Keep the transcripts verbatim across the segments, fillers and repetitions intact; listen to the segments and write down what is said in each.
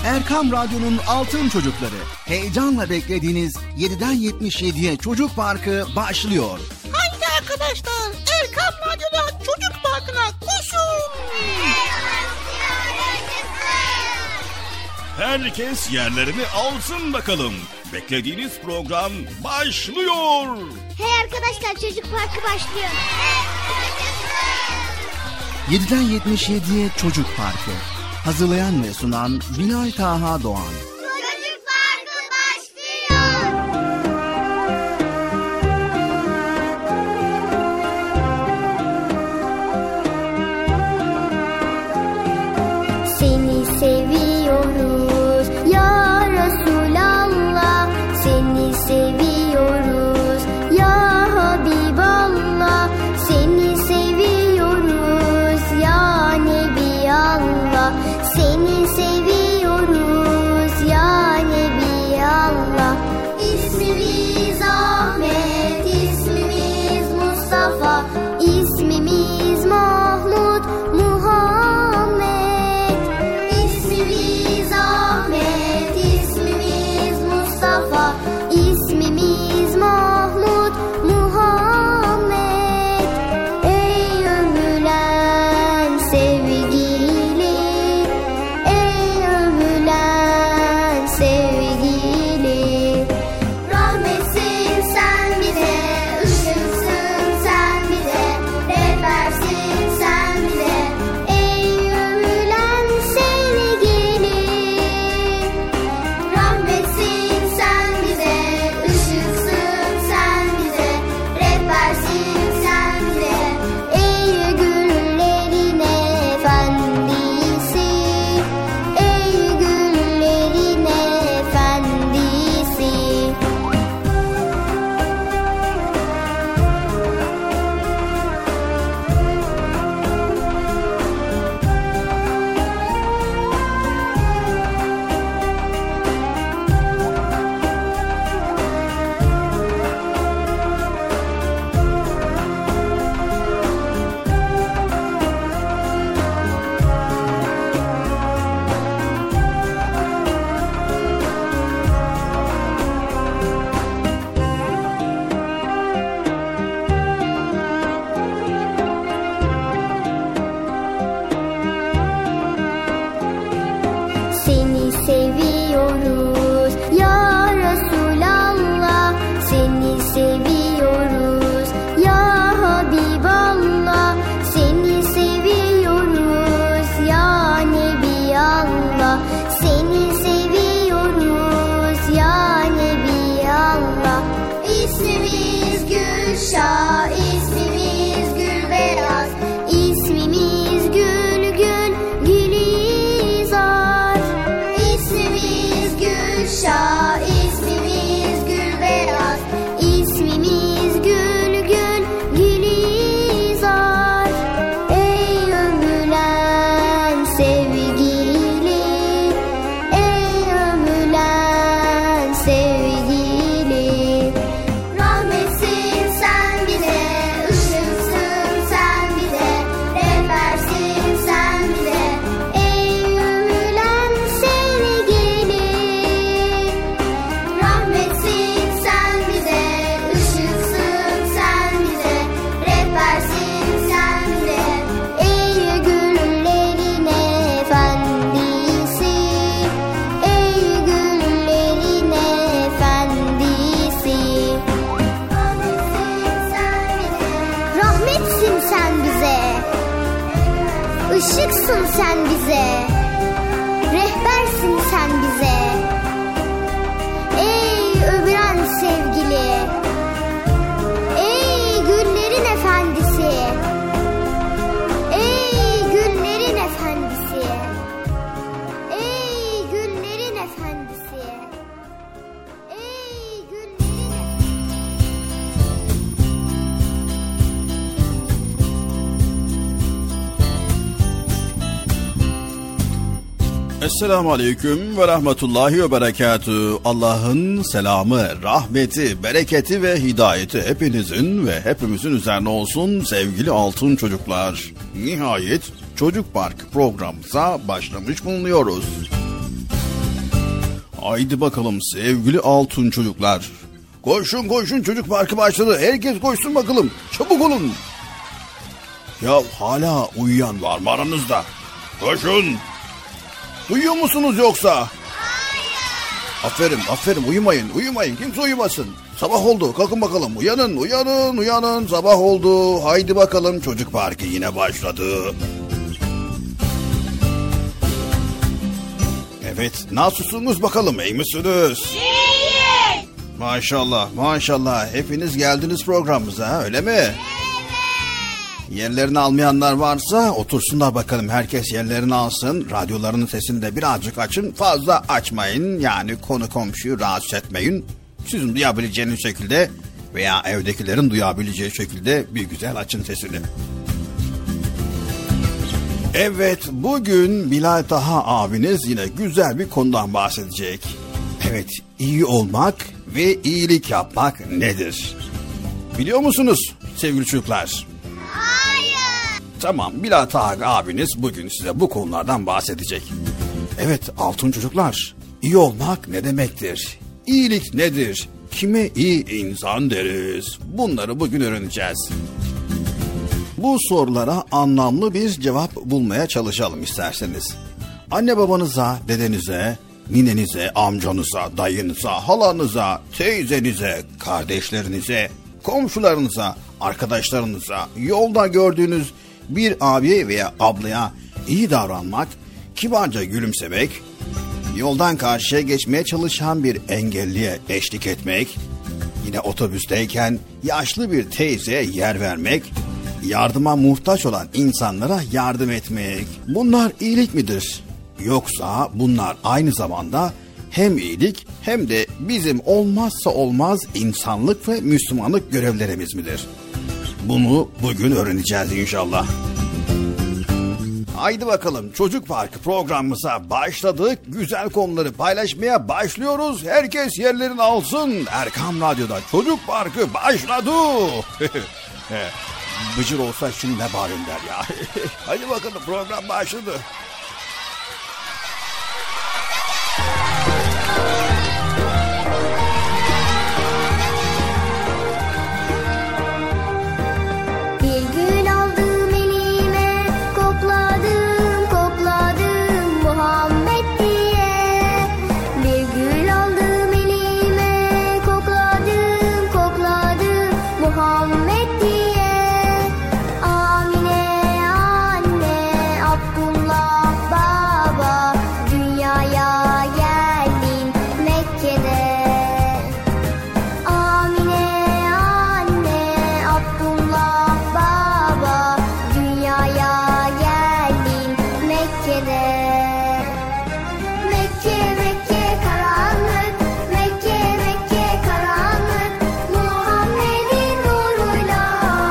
Erkam Radyo'nun Altın Çocukları. Heyecanla beklediğiniz yediden yetmiş yediye Çocuk Parkı başlıyor. Haydi arkadaşlar, Erkam Radyo'da Çocuk Parkı'na koşun. Herkes yerlerini alsın bakalım. Beklediğiniz program başlıyor. Hey arkadaşlar, Çocuk Parkı başlıyor. yediden yetmiş yediye Çocuk Parkı. Hazırlayan ve sunan Binay Taha Doğan. Çocuk Parkı başlıyor. Seni seviyoruz ya Resulallah. Seni seviyoruz ya Habiballah. Seni seviyoruz ya Nebi Allah. Seni seviyoruz ya Nebi Allah. İsmimiz Ahmet, ismimiz Mustafa, ismimiz Mahmud, Muhammed. İsmimiz Ahmet, ismimiz Mustafa, ismimiz Mahmud, Muhammed. Ey övülen sevgili, ey övülen sevgili. Rahmetsin sen bize, ışıksın sen bize, rehbersin sen bize. Ey övülen sevgili. Rahmetsin sen bize, ışıksın sen bize, rehbersin sen bize. Ey güllerin efendisi, ey güllerin efendisi. Seni seviyoruz ya Resulallah. Seni seviyoruz ya Habiballah. Seni seviyoruz ya Nebi Allah. Seni seviyoruz ya Nebi Allah. İsmimiz Gülşah, ismimiz Gülbeyaz, ismimiz Gülgün, Gülizar. İsmimiz Gülşah, ismimiz Gülbeyaz, ismimiz Gülgün, Gülizar. Ey övülen sevgili, ey övülen sevgili. Rahmetsin sen bize, ışıksın sen bize, rehbersin sen bize. Ey övülen sevgili. Rahmetsin sen bize, ışıksın sen bize, rehbersin sen bize. Ey güllerin efendisi, ey güllerin efendisi. Rahmetsin sen bize, ışıksın sen bize, rehbersin sen bize. Ey övülen sevgili, ey güllerin efendisi, ey güllerin efendisi, ey güllerin efendisi, ey güllerin Esselamu Aleyküm ve Rahmetullahi ve Berekatühü. Allah'ın selamı, rahmeti, bereketi ve hidayeti hepinizin ve hepimizin üzerine olsun sevgili altın çocuklar. Nihayet Çocuk Park programımıza başlamış bulunuyoruz. Haydi bakalım sevgili altın çocuklar. Koşun koşun, çocuk parkı başladı. Herkes koşsun bakalım. Çabuk olun. Ya hala uyuyan var mı aranızda? Koşun. Uyuyor musunuz yoksa? Hayır. Aferin aferin, uyumayın uyumayın. Kimse uyumasın. Sabah oldu, kalkın bakalım. Uyanın uyanın uyanın. Sabah oldu. Haydi bakalım, çocuk parkı yine başladı. Evet, nasılsınız bakalım, iyi misiniz? İyiyiz. Maşallah maşallah, hepiniz geldiniz programımıza, öyle mi? Evet. Yerlerini almayanlar varsa otursunlar bakalım, herkes yerlerini alsın. Radyolarının sesini de birazcık açın, fazla açmayın. Yani konu komşuyu rahatsız etmeyin. Sizin duyabileceğiniz şekilde veya evdekilerin duyabileceği şekilde bir güzel açın sesini. Evet, bugün Bilal Taha abiniz yine güzel bir konudan bahsedecek. Evet, iyi olmak ve iyilik yapmak nedir? Biliyor musunuz sevgili çocuklar? Hayır. Tamam, Bilal Taha abiniz bugün size bu konulardan bahsedecek. Evet altın çocuklar, iyi olmak ne demektir? İyilik nedir? Kime iyi insan deriz? Bunları bugün öğreneceğiz. Bu sorulara anlamlı bir cevap bulmaya çalışalım isterseniz. Anne babanıza, dedenize, ninenize, amcanıza, dayınıza, halanıza, teyzenize, kardeşlerinize, komşularınıza, arkadaşlarınıza, yolda gördüğünüz bir abi veya ablaya iyi davranmak, kibarca gülümsemek, yoldan karşıya geçmeye çalışan bir engelliye eşlik etmek, yine otobüsteyken yaşlı bir teyzeye yer vermek, yardıma muhtaç olan insanlara yardım etmek. Bunlar iyilik midir? Yoksa bunlar aynı zamanda hem iyilik hem de bizim olmazsa olmaz insanlık ve Müslümanlık görevlerimiz midir? Bunu bugün öğreneceğiz inşallah. Haydi bakalım, Çocuk Parkı programımıza başladık. Güzel konuları paylaşmaya başlıyoruz. Herkes yerlerini alsın. Erkam Radyo'da Çocuk Parkı başladı. Bıcır olsa şimdi ne bağırın der ya. Hadi bakalım, program başladı. Mekke Mekke karanlık, Muhammed'in nuruyla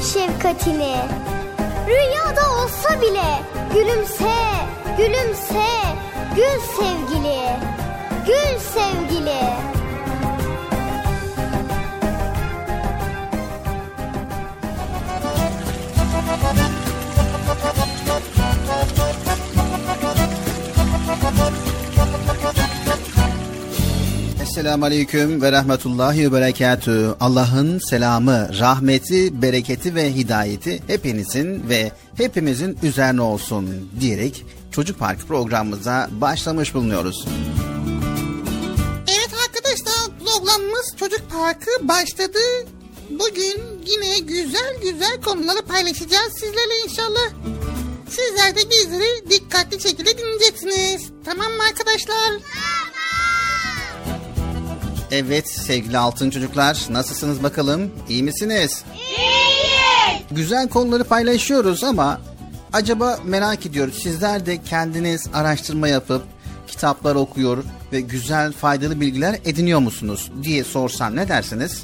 şefkatini. Rüyada olsa bile gülümse, gülümse, gül sevgili, gül sevgili. Esselamu Aleyküm ve Rahmetullahi ve Berekatühü. Allah'ın selamı, rahmeti, bereketi ve hidayeti hepinizin ve hepimizin üzerine olsun diyerek Çocuk Parkı programımıza başlamış bulunuyoruz. Evet arkadaşlar, programımız Çocuk Parkı başladı. Bugün yine güzel güzel konuları paylaşacağız sizlerle inşallah. Sizler de bizleri dikkatli şekilde dinleyeceksiniz. Tamam mı arkadaşlar? Evet sevgili altın çocuklar, nasılsınız bakalım? İyi misiniz? İyiyiz. Güzel konuları paylaşıyoruz ama acaba merak ediyoruz, sizler de kendiniz araştırma yapıp kitaplar okuyor ve güzel faydalı bilgiler ediniyor musunuz diye sorsam ne dersiniz?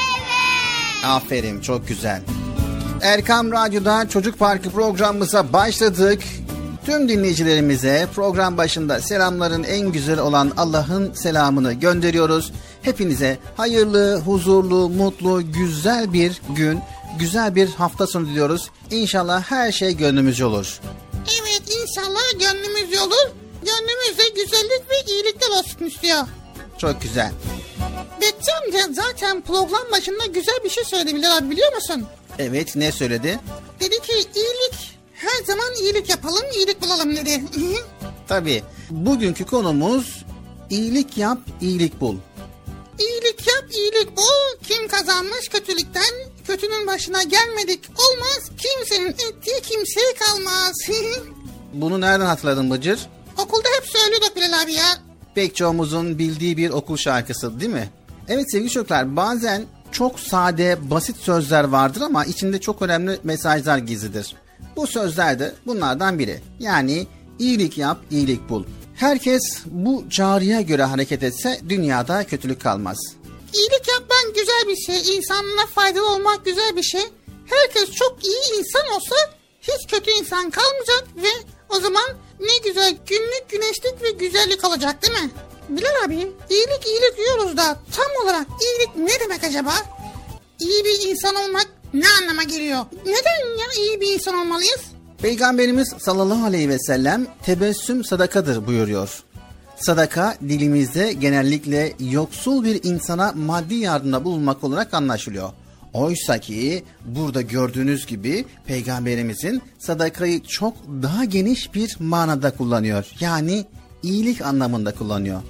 Evet. Aferin, çok güzel. Erkam Radyo'da Çocuk Parkı programımıza başladık. Tüm dinleyicilerimize program başında selamların en güzel olan Allah'ın selamını gönderiyoruz. Hepinize hayırlı, huzurlu, mutlu, güzel bir gün, güzel bir hafta sonu diliyoruz. İnşallah her şey gönlümüzce olur. Evet, inşallah gönlümüzce olur. Gönlümüzde güzellik ve iyilikler olsun istiyor. Çok güzel. Betçi amca zaten program başında güzel bir şey söyledi Bilal abi, biliyor musun? Evet, ne söyledi? Dedi ki iyilik, her zaman iyilik yapalım, iyilik bulalım dedi. Tabii, bugünkü konumuz iyilik yap, iyilik bul. İyilik yap, iyilik bul. Kim kazanmış kötülükten? Kötünün başına gelmedik olmaz. Kimsenin ettiği kimseye kalmaz. Bunu nereden hatırladın Bıcır? Okulda hep söylüyorduk Bilal abi ya. Pek çoğumuzun bildiği bir okul şarkısı değil mi? Evet sevgili çocuklar, bazen çok sade, basit sözler vardır ama içinde çok önemli mesajlar gizlidir. Bu sözler de bunlardan biri. Yani iyilik yap, iyilik bul. Herkes bu çağrıya göre hareket etse dünyada kötülük kalmaz. İyilik yapmak güzel bir şey. İnsanlara faydalı olmak güzel bir şey. Herkes çok iyi insan olsa hiç kötü insan kalmayacak ve o zaman ne güzel günlük güneşlik ve güzellik olacak değil mi? Bilal abi, iyilik iyilik diyoruz da tam olarak iyilik ne demek acaba? İyi bir insan olmak ne anlama geliyor? Neden ya iyi bir insan olmalıyız? Peygamberimiz sallallahu aleyhi ve sellem tebessüm sadakadır buyuruyor. Sadaka dilimizde genellikle yoksul bir insana maddi yardımda bulunmak olarak anlaşılıyor. Oysa ki burada gördüğünüz gibi Peygamberimizin sadakayı çok daha geniş bir manada kullanıyor. Yani iyilik anlamında kullanıyor.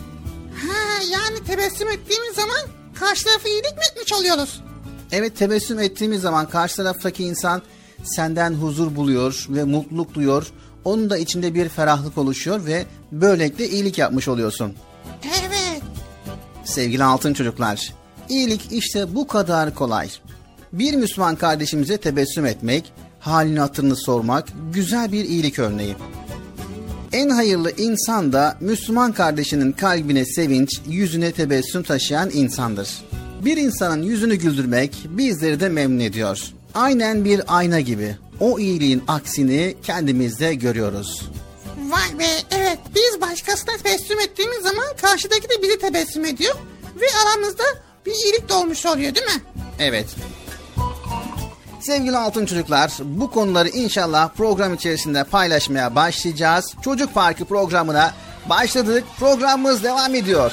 Ha, yani tebessüm ettiğimiz zaman karşı tarafı iyilik mi etmiş oluyoruz? Evet, tebessüm ettiğimiz zaman karşı taraftaki insan senden huzur buluyor ve mutluluk duyuyor. Onun da içinde bir ferahlık oluşuyor ve böylelikle iyilik yapmış oluyorsun. Evet. Sevgili altın çocuklar, iyilik işte bu kadar kolay. Bir Müslüman kardeşimize tebessüm etmek, halini hatırını sormak güzel bir iyilik örneği. En hayırlı insan da Müslüman kardeşinin kalbine sevinç, yüzüne tebessüm taşıyan insandır. Bir insanın yüzünü güldürmek bizleri de memnun ediyor. Aynen bir ayna gibi. O iyiliğin aksini kendimizde görüyoruz. Vay be, evet, biz başkasına tebessüm ettiğimiz zaman karşıdaki de bizi tebessüm ediyor ve aramızda bir iyilik doğmuş oluyor değil mi? Evet. Sevgili altın çocuklar, bu konuları inşallah program içerisinde paylaşmaya başlayacağız. Çocuk Parkı programına başladık. Programımız devam ediyor.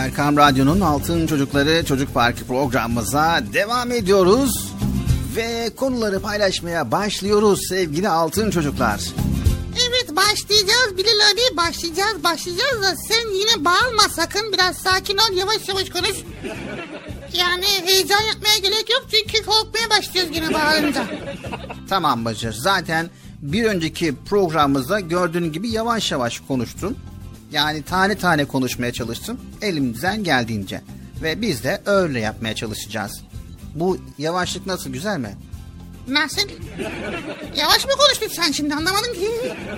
Erkam Radyo'nun Altın Çocukları Çocuk Parkı programımıza devam ediyoruz. Ve konuları paylaşmaya başlıyoruz sevgili Altın Çocuklar. Evet, başlayacağız Bilal abi, başlayacağız başlayacağız da sen yine bağırma sakın, biraz sakin ol, yavaş yavaş konuş. Yani heyecan yapmaya gerek yok çünkü korkmaya başlıyoruz yine bağırınca. Tamam Bıcır, zaten bir önceki programımızda gördüğün gibi yavaş yavaş konuştum. Yani tane tane konuşmaya çalıştım elimizden geldiğince. Ve biz de öyle yapmaya çalışacağız. Bu yavaşlık nasıl, güzel mi? Nasıl? Yavaş mı konuştun sen şimdi, anlamadım ki.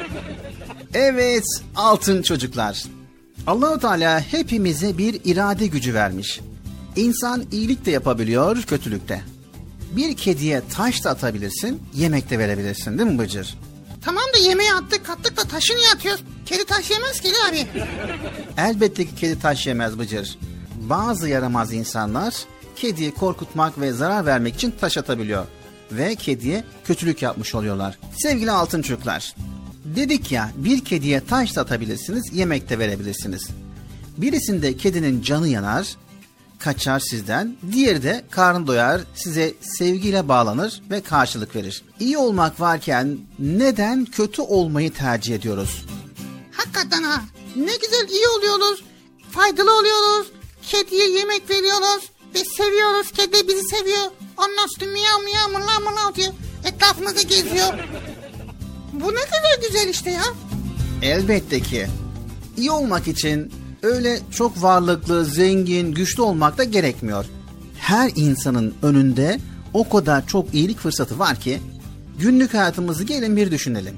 Evet Altın Çocuklar. Allah-u Teala hepimize bir irade gücü vermiş. İnsan iyilik de yapabiliyor, kötülük de. Bir kediye taş da atabilirsin, yemek de verebilirsin, değil mi Bıcır? Tamam da yemeği attık kattık da taşı niye atıyoruz? Kedi taş yemez ki abi. Elbette ki kedi taş yemez Bıcır. Bazı yaramaz insanlar kediyi korkutmak ve zarar vermek için taş atabiliyor. Ve kediye kötülük yapmış oluyorlar. Sevgili Altın Çocuklar, dedik ya, bir kediye taş da atabilirsiniz, yemek de verebilirsiniz. Birisinde kedinin canı yanar, kaçar sizden, diğeri de karnı doyar, size sevgiyle bağlanır ve karşılık verir. İyi olmak varken neden kötü olmayı tercih ediyoruz? Hakikaten ha, ne güzel iyi oluyoruz, faydalı oluyoruz, kediye yemek veriyoruz ve seviyoruz, kedi de bizi seviyor. Ondan sonra miyav miyav mılav mılav diyor, etrafımızda geziyor. Bu ne kadar güzel işte ya. Elbette ki. İyi olmak için öyle çok varlıklı, zengin, güçlü olmak da gerekmiyor. Her insanın önünde o kadar çok iyilik fırsatı var ki günlük hayatımızı gelin bir düşünelim.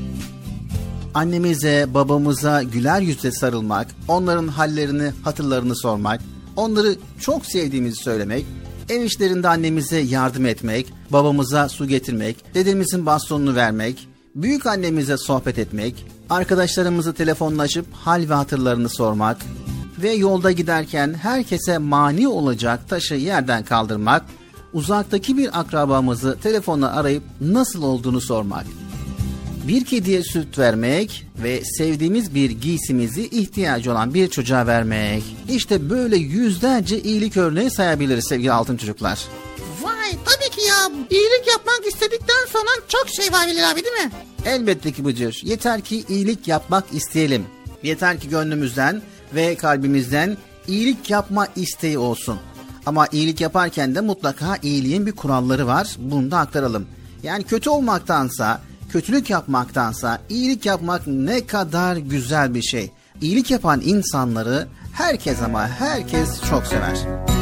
Annemize, babamıza güler yüzle sarılmak, onların hallerini, hatırlarını sormak, onları çok sevdiğimizi söylemek, ev işlerinde annemize yardım etmek, babamıza su getirmek, dedemizin bastonunu vermek, büyük annemize sohbet etmek, arkadaşlarımızı telefonlaşıp hal ve hatırlarını sormak ve yolda giderken herkese mani olacak taşı yerden kaldırmak, uzaktaki bir akrabamızı telefonla arayıp nasıl olduğunu sormak, bir kediye süt vermek ve sevdiğimiz bir giysimizi ihtiyacı olan bir çocuğa vermek. İşte böyle yüzlerce iyilik örneği sayabiliriz sevgili Altın Çocuklar. Vay, tabii ki ya, iyilik yapmak istedikten sonra çok şey var Bilal abi, değil mi? Elbette ki Bıcır. Yeter ki iyilik yapmak isteyelim. Yeter ki gönlümüzden ve kalbimizden iyilik yapma isteği olsun. Ama iyilik yaparken de mutlaka iyiliğin bir kuralları var. Bunu da aktaralım. Yani kötü olmaktansa, kötülük yapmaktansa iyilik yapmak ne kadar güzel bir şey. İyilik yapan insanları herkes ama herkes çok sever.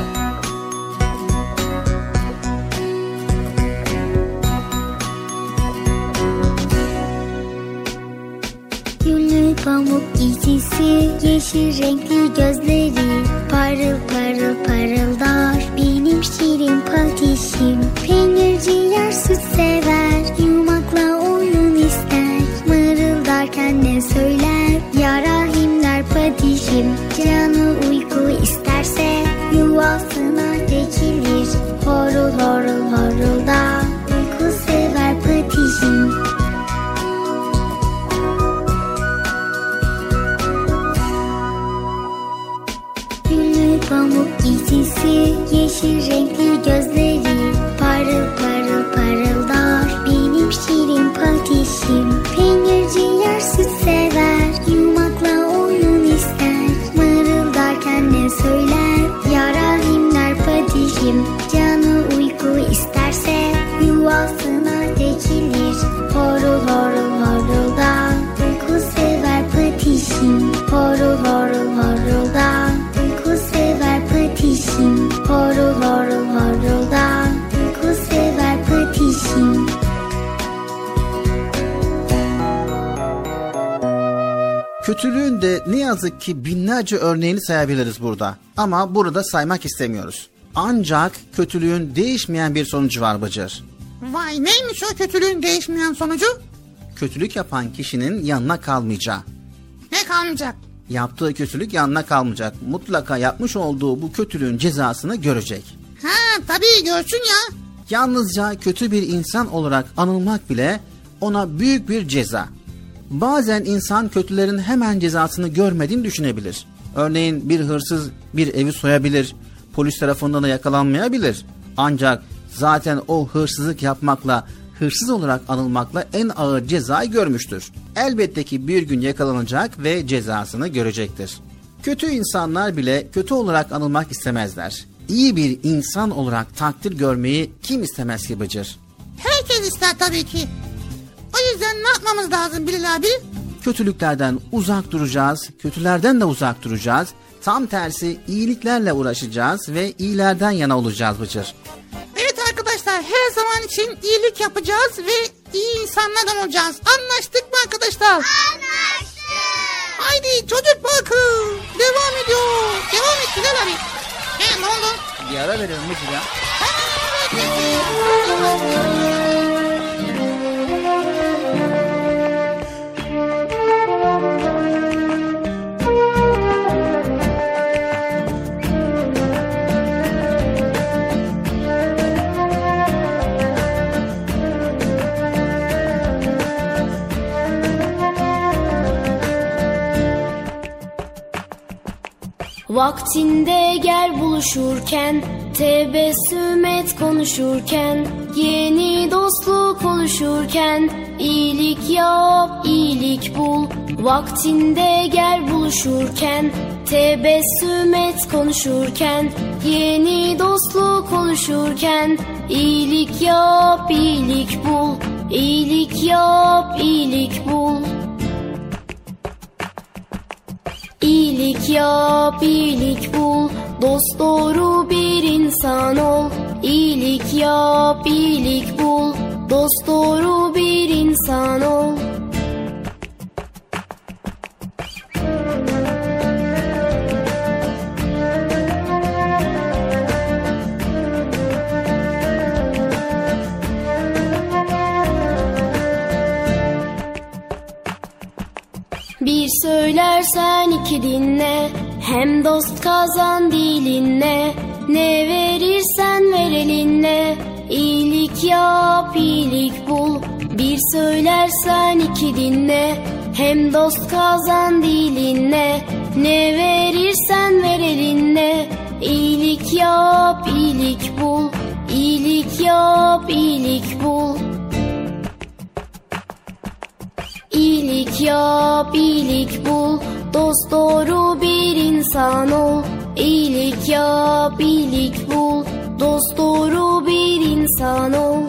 Güllü pamuk giysisi, yeşil renkli gözleri, parıl parıl parıldar benim şirin patişim. Peynirci yer, süt sever, yumakla oyun ister, mırıldarken ne söyler, ya Rahim der patişim. Canı uyku isterse yuvasına çekilir, horul horul horulda uyku sever patişim. Pamuk giysisi, yeşil renkli gözleri, parıl parıl parıldar benim şirin patişim. Peynirci yer, süt sever, yumakla oyun ister, mırıldarken ne söyler, ya Rahim der patişim. Canı uyku isterse yuvasına çekilir, horul horul horulda uyku sever patişim. Horul horul horulda uyku sever patişim. Horul horul horulda uyku sever patişim. Kötülüğün de ne yazık ki binlerce örneğini sayabiliriz burada. Ama burada saymak istemiyoruz. Ancak kötülüğün değişmeyen bir sonucu var Bıcır. Vay, neymiş o kötülüğün değişmeyen sonucu? Kötülük yapan kişinin yanına kalmayacağı. Ne kalmayacak? Yaptığı kötülük yanına kalmayacak. Mutlaka yapmış olduğu bu kötülüğün cezasını görecek. Ha tabii, görsün ya. Yalnızca kötü bir insan olarak anılmak bile ona büyük bir ceza. Bazen insan kötülerin hemen cezasını görmediğini düşünebilir. Örneğin bir hırsız bir evi soyabilir, polis tarafından da yakalanmayabilir. Ancak zaten o hırsızlık yapmakla, hırsız olarak anılmakla en ağır cezayı görmüştür. Elbette ki bir gün yakalanacak ve cezasını görecektir. Kötü insanlar bile kötü olarak anılmak istemezler. İyi bir insan olarak takdir görmeyi kim istemez ki Bıcır? Herkes ister tabii ki. O yüzden ne yapmamız lazım Bilal abi? Kötülüklerden uzak duracağız, kötülerden de uzak duracağız. Tam tersi iyiliklerle uğraşacağız ve iyilerden yana olacağız Bıcır. Evet arkadaşlar, her zaman için iyilik yapacağız ve iyi insanlardan olacağız. Anlaştık mı arkadaşlar? Anlaştık. Haydi çocuk parkı devam ediyor. Devam et Bilal abi. He, ne oldu? Bir ara verelim Bıcır ya. Vaktinde gel buluşurken, tebessüm et konuşurken, yeni dostluk oluşurken, iyilik yap, iyilik bul. Vaktinde gel buluşurken, tebessüm et konuşurken, yeni dostluk oluşurken, iyilik yap, iyilik bul. İyilik yap, iyilik bul. İyilik yap, iyilik bul, dost doğru bir insan ol. İyilik yap, iyilik bul, dost doğru bir insan ol. Bir söylersen iki dinle, hem dost kazan dilinle. Ne verirsen ver elinle, iyilik yap, iyilik bul. Bir söylersen iki dinle, hem dost kazan dilinle. Ne verirsen ver elinle, iyilik yap, iyilik bul. İyilik yap, iyilik bul. İyilik yap, iyilik bul, dost doğru bir insan ol. İyilik yap, iyilik bul, dost doğru bir insan ol.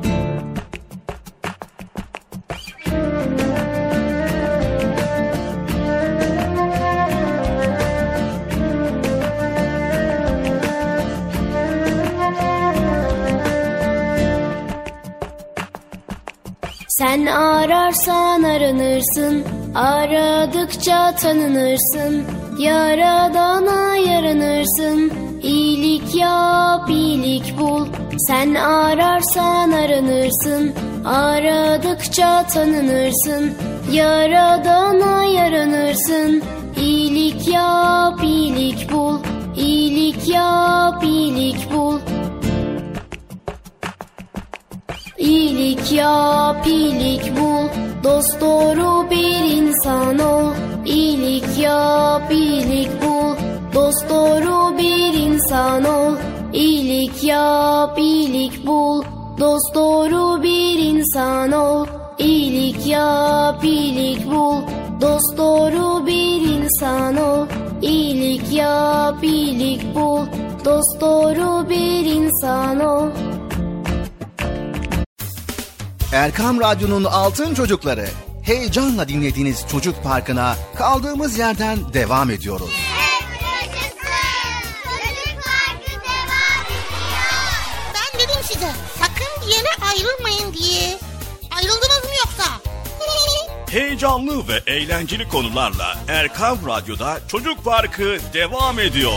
Sen ararsan aranırsın, aradıkça tanınırsın. Yaradana yaranırsın, iyilik yap, iyilik bul. Sen ararsan aranırsın, aradıkça tanınırsın. Yaradana yaranırsın, iyilik yap, iyilik bul. İyilik yap, iyilik bul. İyilik yap, iyilik bul, dost doğru bir insan ol. İyilik yap, iyilik bul, dost doğru bir insan ol. İyilik yap, iyilik bul, dost doğru bir insan ol. İyilik yap, iyilik bul, dost doğru bir insan ol. İyilik yap, iyilik bul, dost doğru bir insan ol. Erkam Radyo'nun Altın Çocukları. Heyecanla dinlediğiniz Çocuk Parkı'na kaldığımız yerden devam ediyoruz. Çocuk Parkı devam ediyor. Ben dedim size, sakın bir yere ayrılmayın diye. Ayrıldınız mı yoksa? Heyecanlı ve eğlenceli konularla Erkam Radyo'da Çocuk Parkı devam ediyor.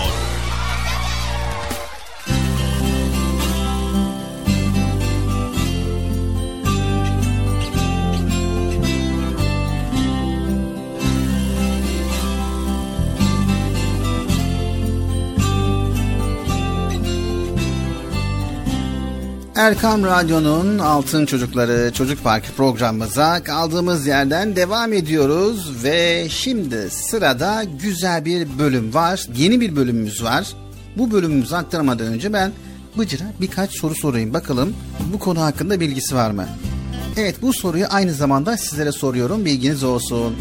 Erkam Radyo'nun Altın Çocukları Çocuk Parkı programımıza kaldığımız yerden devam ediyoruz ve şimdi sırada güzel bir bölüm var. Yeni bir bölümümüz var. Bu bölümümüzü aktarmadan önce ben Bıcır'a birkaç soru sorayım. Bakalım bu konu hakkında bilgisi var mı? Evet, bu soruyu aynı zamanda sizlere soruyorum. Bilginiz olsun.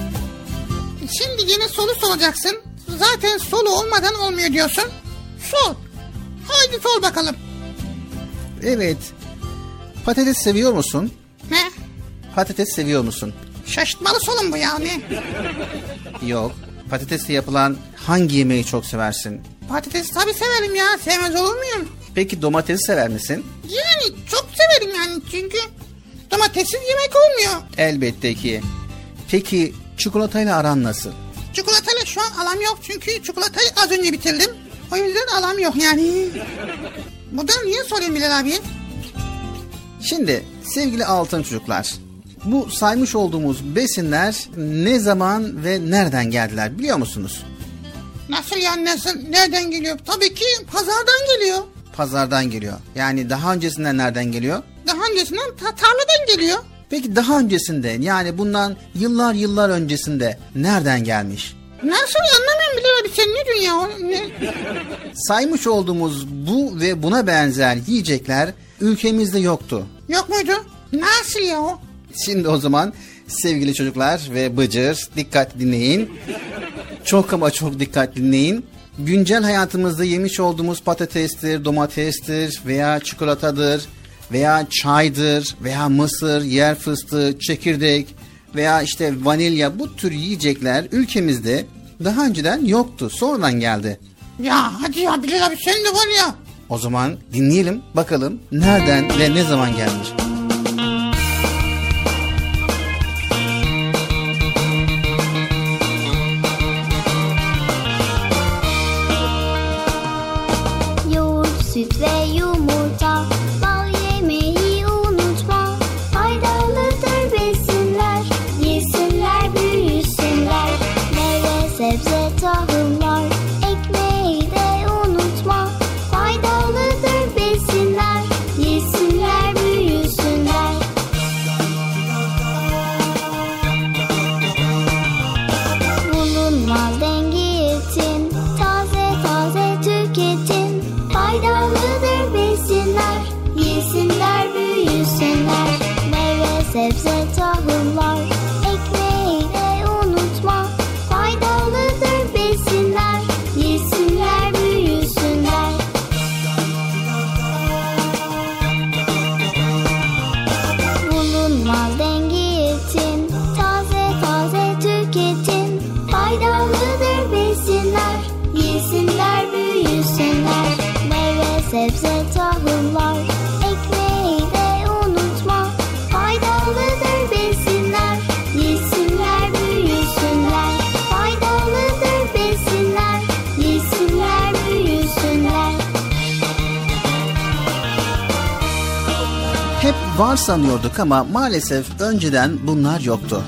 Şimdi yine soru soracaksın. Zaten soru olmadan olmuyor diyorsun. Sor. Haydi sor bakalım. Evet. Patates seviyor musun? Ne? Patates seviyor musun? Şaşırtmalı sorun bu ya, ne? Yok. Patatesle yapılan hangi yemeği çok seversin? Patates tabii severim ya. Sevmez olur muyum? Peki domatesi sever misin? Yani çok severim yani. Çünkü domatessiz yemek olmuyor. Elbette ki. Peki çikolatayla aran nasıl? Çikolatayla şu an alam yok. Çünkü çikolatayı az önce bitirdim. O yüzden alam yok yani. Buradan niye sorayım Bilal abi? Şimdi sevgili altın çocuklar, bu saymış olduğumuz besinler ne zaman ve nereden geldiler biliyor musunuz? Nasıl yani, nasıl, nereden geliyor? Tabii ki pazardan geliyor. Pazardan geliyor. Yani daha öncesinden nereden geliyor? Daha öncesinden ta- tarladan geliyor. Peki daha öncesinde, yani bundan yıllar yıllar öncesinde nereden gelmiş? Nasıl, anlamıyorum Bilal abi, sen ne diyorsun ya? Ne? Saymış olduğumuz bu ve buna benzer yiyecekler ülkemizde yoktu. Yok muydu? Nasıl ya o? Şimdi o zaman sevgili çocuklar ve Bıcır, dikkat dinleyin. Çok ama çok dikkat dinleyin. Güncel hayatımızda yemiş olduğumuz patatestir, domatestir veya çikolatadır veya çaydır veya mısır, yer fıstığı, çekirdek veya işte vanilya, bu tür yiyecekler ülkemizde daha önceden yoktu. Sonradan geldi. Ya hadi ya Bilal abi, sen de var ya. O zaman dinleyelim bakalım nereden ve ne zaman gelmiş. Yoğurt, süt ve yumurta, bal yemeyi unutma. Faydalıdır besinler, yesinler büyüsünler. Meyve, sebze, tahıllar, ekmeği de unutma. Faydalıdır besinler, yesinler büyüsünler. Bulunmaz dengi etin, taze taze tüketin. Faydalıdır besinler, yesinler büyüsünler. Meyve, sebze, tahıllar, ekmeği de unutma. Faydalıdır besinler, yesinler büyüsünler. Bulunmaz dengi etin, taze taze tüketin. Faydalıdır besinler, yesinler büyüsünler. Meyve, sebze, tahıllar, ekmeği de unutma. Faydalıdır besinler, yesinler büyüsünler. Faydalıdır besinler, yesinler büyüsünler. Hep var sanıyorduk ama maalesef önceden bunlar yoktu.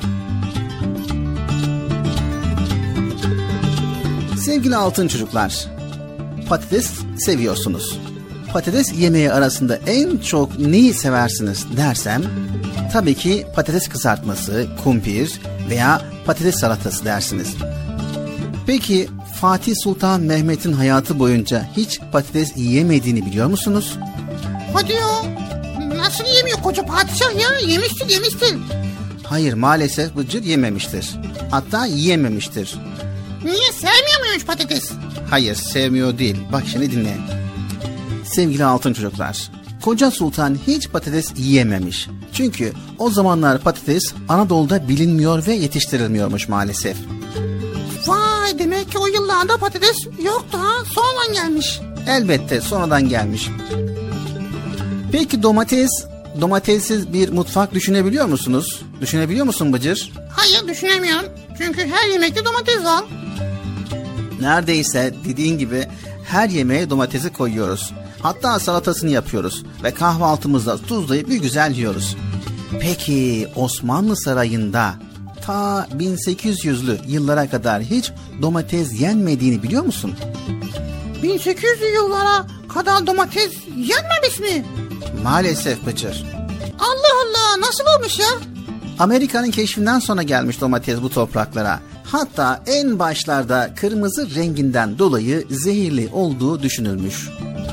Sevgili altın çocuklar, patates seviyorsunuz. Patates yemeği arasında en çok neyi seversiniz dersem, tabii ki patates kızartması, kumpir veya patates salatası dersiniz. Peki Fatih Sultan Mehmet'in hayatı boyunca hiç patates yemediğini biliyor musunuz? Hadi ya. Nasıl yemiyor koca padişah ya? Yemiştir yemiştir. Hayır, maalesef Bıcır yememiştir. Hatta yiyememiştir. Niye, sevmiyor muymuş patates? Hayır, sevmiyor değil. Bak şimdi dinle. Sevgili altın çocuklar, Koca Sultan hiç patates yiyememiş. Çünkü o zamanlar patates Anadolu'da bilinmiyor ve yetiştirilmiyormuş maalesef. Vay, demek ki o yıllarda patates yoktu ha, sonradan gelmiş. Elbette sonradan gelmiş. Peki domates, domatessiz bir mutfak düşünebiliyor musunuz? Düşünebiliyor musun Bıcır? Hayır, düşünemiyorum. Çünkü her yemekte domates var. Neredeyse dediğin gibi her yemeğe domatesi koyuyoruz. Hatta salatasını yapıyoruz ve kahvaltımızda tuzlayıp bir güzel yiyoruz. Peki Osmanlı Sarayı'nda ta bin sekiz yüzlü yıllara kadar hiç domates yenmediğini biliyor musun? bin sekiz yüzlü yıllara kadar domates yenmemiş mi? Maalesef Bıcır. Allah Allah, nasıl olmuş ya? Amerika'nın keşfinden sonra gelmiş domates bu topraklara. Hatta en başlarda kırmızı renginden dolayı zehirli olduğu düşünülmüş.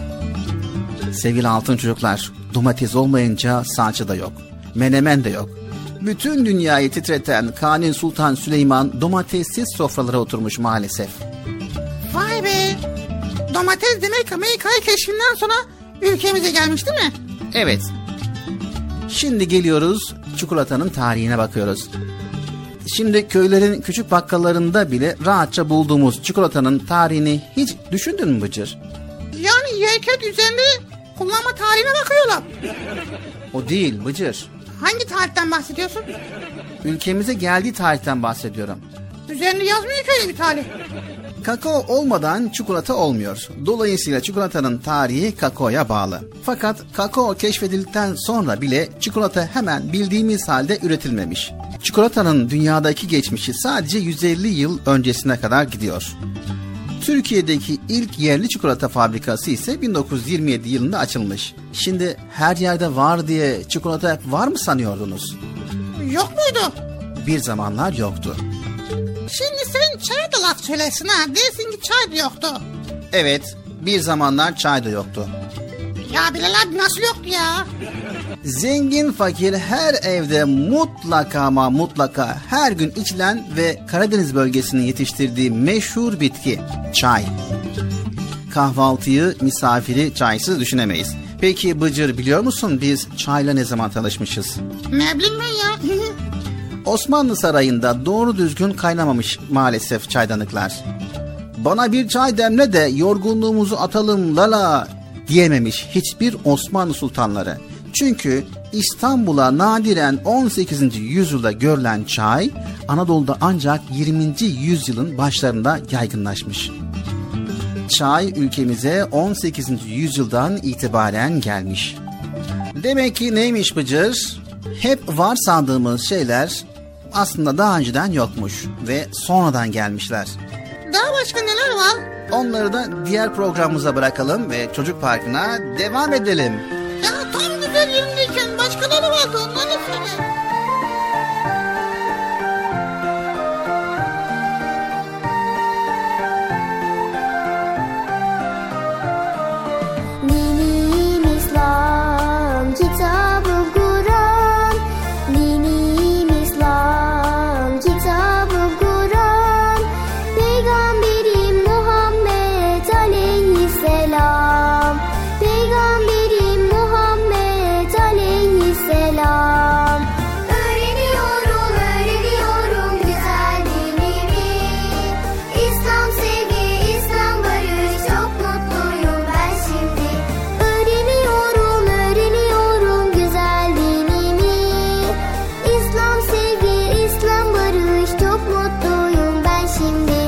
Sevgili altın çocuklar, domates olmayınca salça da yok, menemen de yok. Bütün dünyayı titreten Kanuni Sultan Süleyman domatessiz sofralara oturmuş maalesef. Vay be! Domates demek Amerika'yı keşfinden sonra ülkemize gelmiş değil mi? Evet. Şimdi geliyoruz, çikolatanın tarihine bakıyoruz. Şimdi köylerin küçük bakkallarında bile rahatça bulduğumuz çikolatanın tarihini hiç düşündün mü Bıcır? Yani yerken üzerinde kullanma tarihine bakıyorlar. O değil Bıcır. Hangi tarihten bahsediyorsun? Ülkemize geldiği tarihten bahsediyorum. Üzerinde yazmıyor ki öyle bir tarih. Kakao olmadan çikolata olmuyor. Dolayısıyla çikolatanın tarihi kakaoya bağlı. Fakat kakao keşfedildikten sonra bile çikolata hemen bildiğimiz halde üretilmemiş. Çikolatanın dünyadaki geçmişi sadece yüz elli yıl öncesine kadar gidiyor. Türkiye'deki ilk yerli çikolata fabrikası ise bin dokuz yüz yirmi yedi yılında açılmış. Şimdi her yerde var diye çikolata var mı sanıyordunuz? Yok muydu? Bir zamanlar yoktu. Şimdi sen çay da laf söylersin ha. Dersin ki çay da yoktu. Evet, bir zamanlar çay da yoktu. Ya Bilal abi nasıl yoktu ya? Zengin fakir her evde mutlaka ama mutlaka her gün içilen ve Karadeniz bölgesinin yetiştirdiği meşhur bitki çay. Kahvaltıyı, misafiri çaysız düşünemeyiz. Peki Bıcır, biliyor musun biz çayla ne zaman tanışmışız? Ne bileyim ben ya. Osmanlı Sarayı'nda doğru düzgün kaynamamış maalesef çaydanlıklar. Bana bir çay demle de yorgunluğumuzu atalım lala diyememiş hiçbir Osmanlı sultanları. Çünkü İstanbul'a nadiren on sekizinci yüzyılda görülen çay Anadolu'da ancak yirminci yüzyılın başlarında yaygınlaşmış. Çay ülkemize on sekizinci yüzyıldan itibaren gelmiş. Demek ki neymiş Bıcır? Hep var sandığımız şeyler aslında daha önceden yokmuş ve sonradan gelmişler. Daha başka neler var? Onları da diğer programımıza bırakalım ve Çocuk Parkı'na devam edelim. Ya tam güzel yerindeyken başkaları vardı, onları söyle. Dinim İslam, kitabı Kur'an. Dinim İslam, kitabı Kur'an. Peygamberim Muhammed aleyhisselam. Peygamberim Muhammed aleyhisselam. Öğreniyorum, öğreniyorum güzel dinimi. İslam sevgi, İslam barış, çok mutluyum ben şimdi. Öğreniyorum, öğreniyorum güzel dinimi. İslam sevgi, İslam barış, çok mutluyum ben şimdi.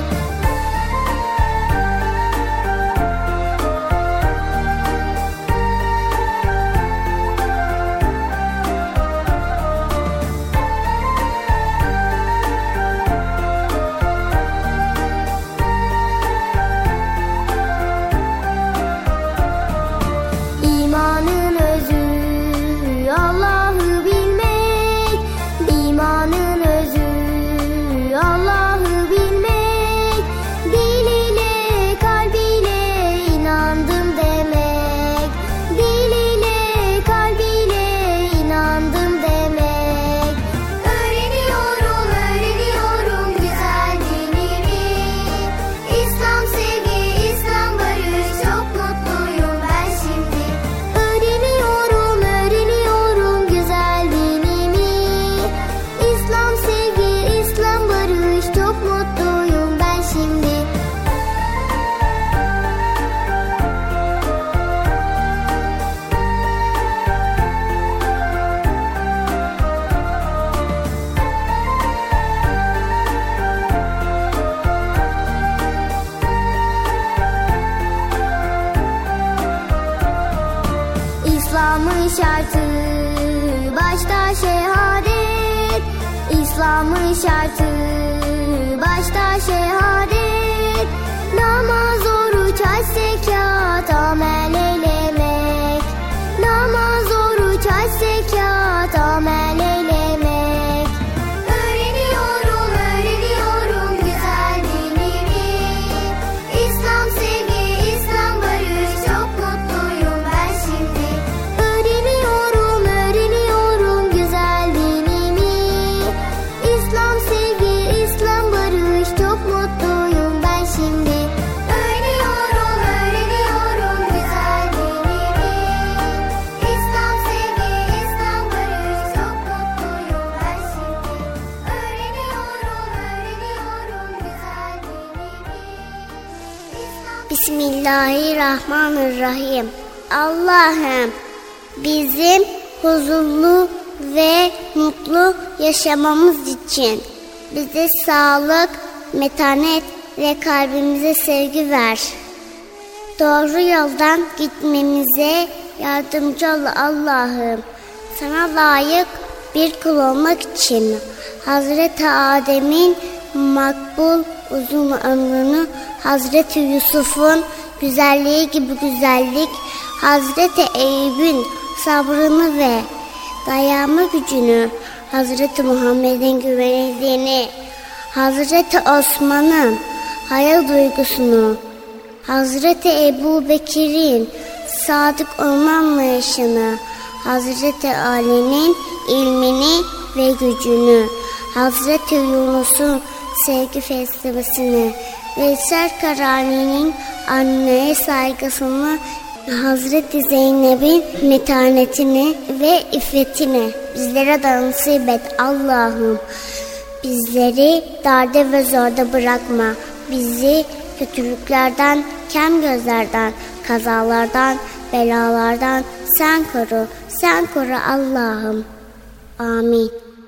İmanın özü Allah'ı bilmek. İmanın özü Allah'ı bilmek. Dil ile kalb ile inandım demek. Dil ile kalb ile inandım demek. Öğreniyorum, öğreniyorum güzel dinimi. İslam sevgi, İslam barış, çok mutluyum ben şimdi. Öğreniyorum, öğreniyorum güzel dinimi. İslam sevgi, İslam barış, çok mutluyum ben şimdi. İslam'ın şartı başta şehadet. İslam'ın şartı başta şehadet. Namaz, oruç, hac, zekat, amel eylemek. Namaz, Bismillahirrahmanirrahim. Allah'ım bizim huzurlu ve mutlu yaşamamız için bize sağlık, metanet ve kalbimize sevgi ver. Doğru yoldan gitmemize yardımcı ol Allah'ım. Sana layık bir kul olmak için Hazreti Adem'in makbul uzun ömrünü, Hazreti Yusuf'un güzelliği gibi güzellik, Hazreti Eyüp'ün sabrını ve dayanma gücünü, Hazreti Muhammed'in güvenildiğini, Hazreti Osman'ın hayal duygusunu, Hazreti Ebu Bekir'in sadık olma anlayışını, Hazreti Ali'nin ilmini ve gücünü, Hazreti Yunus'un sevgi felsefesini, Veysel Karani'nin anneye saygısını, Hazreti Zeynep'in metanetini ve iffetini bizlere de nasip et Allah'ım. Bizleri darda ve zorda bırakma. Bizi kötülüklerden, kem gözlerden, kazalardan, belalardan sen koru. Sen koru Allah'ım. Amin.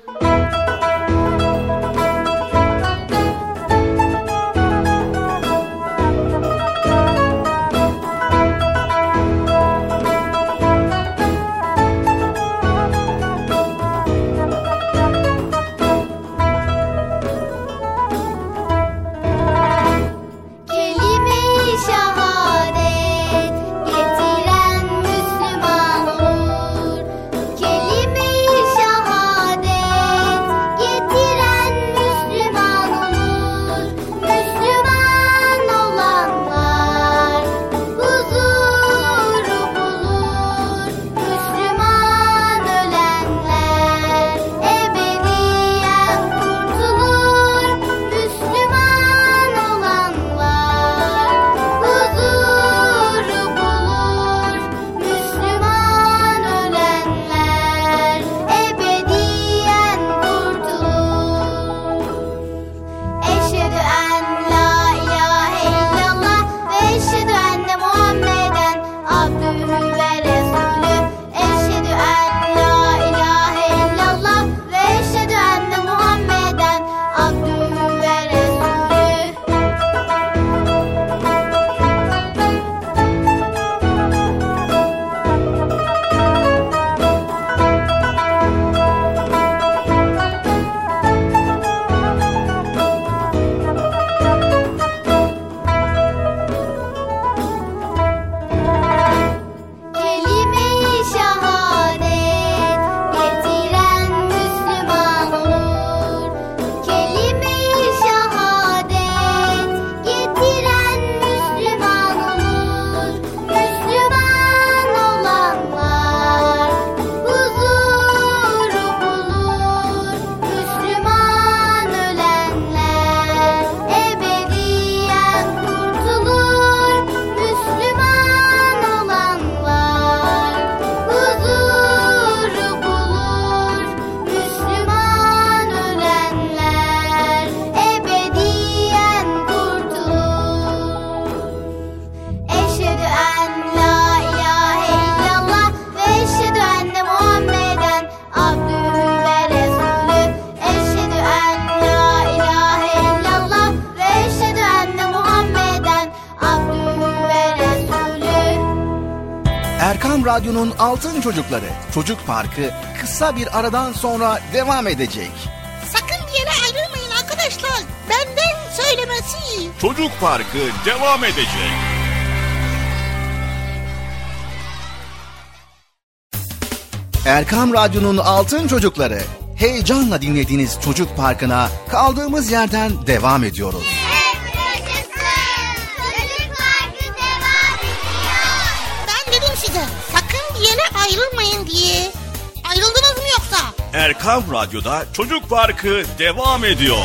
Erkam Radyo'nun Altın Çocukları Çocuk Parkı kısa bir aradan sonra devam edecek. Sakın bir yere ayrılmayın arkadaşlar. Benden söylemesi. Çocuk Parkı devam edecek. Erkam Radyo'nun Altın Çocukları, heyecanla dinlediğiniz Çocuk Parkı'na kaldığımız yerden devam ediyoruz. Sakın bir yere ayrılmayın diye. Ayrıldınız mı yoksa? Erkam Radyo'da Çocuk Parkı devam ediyor.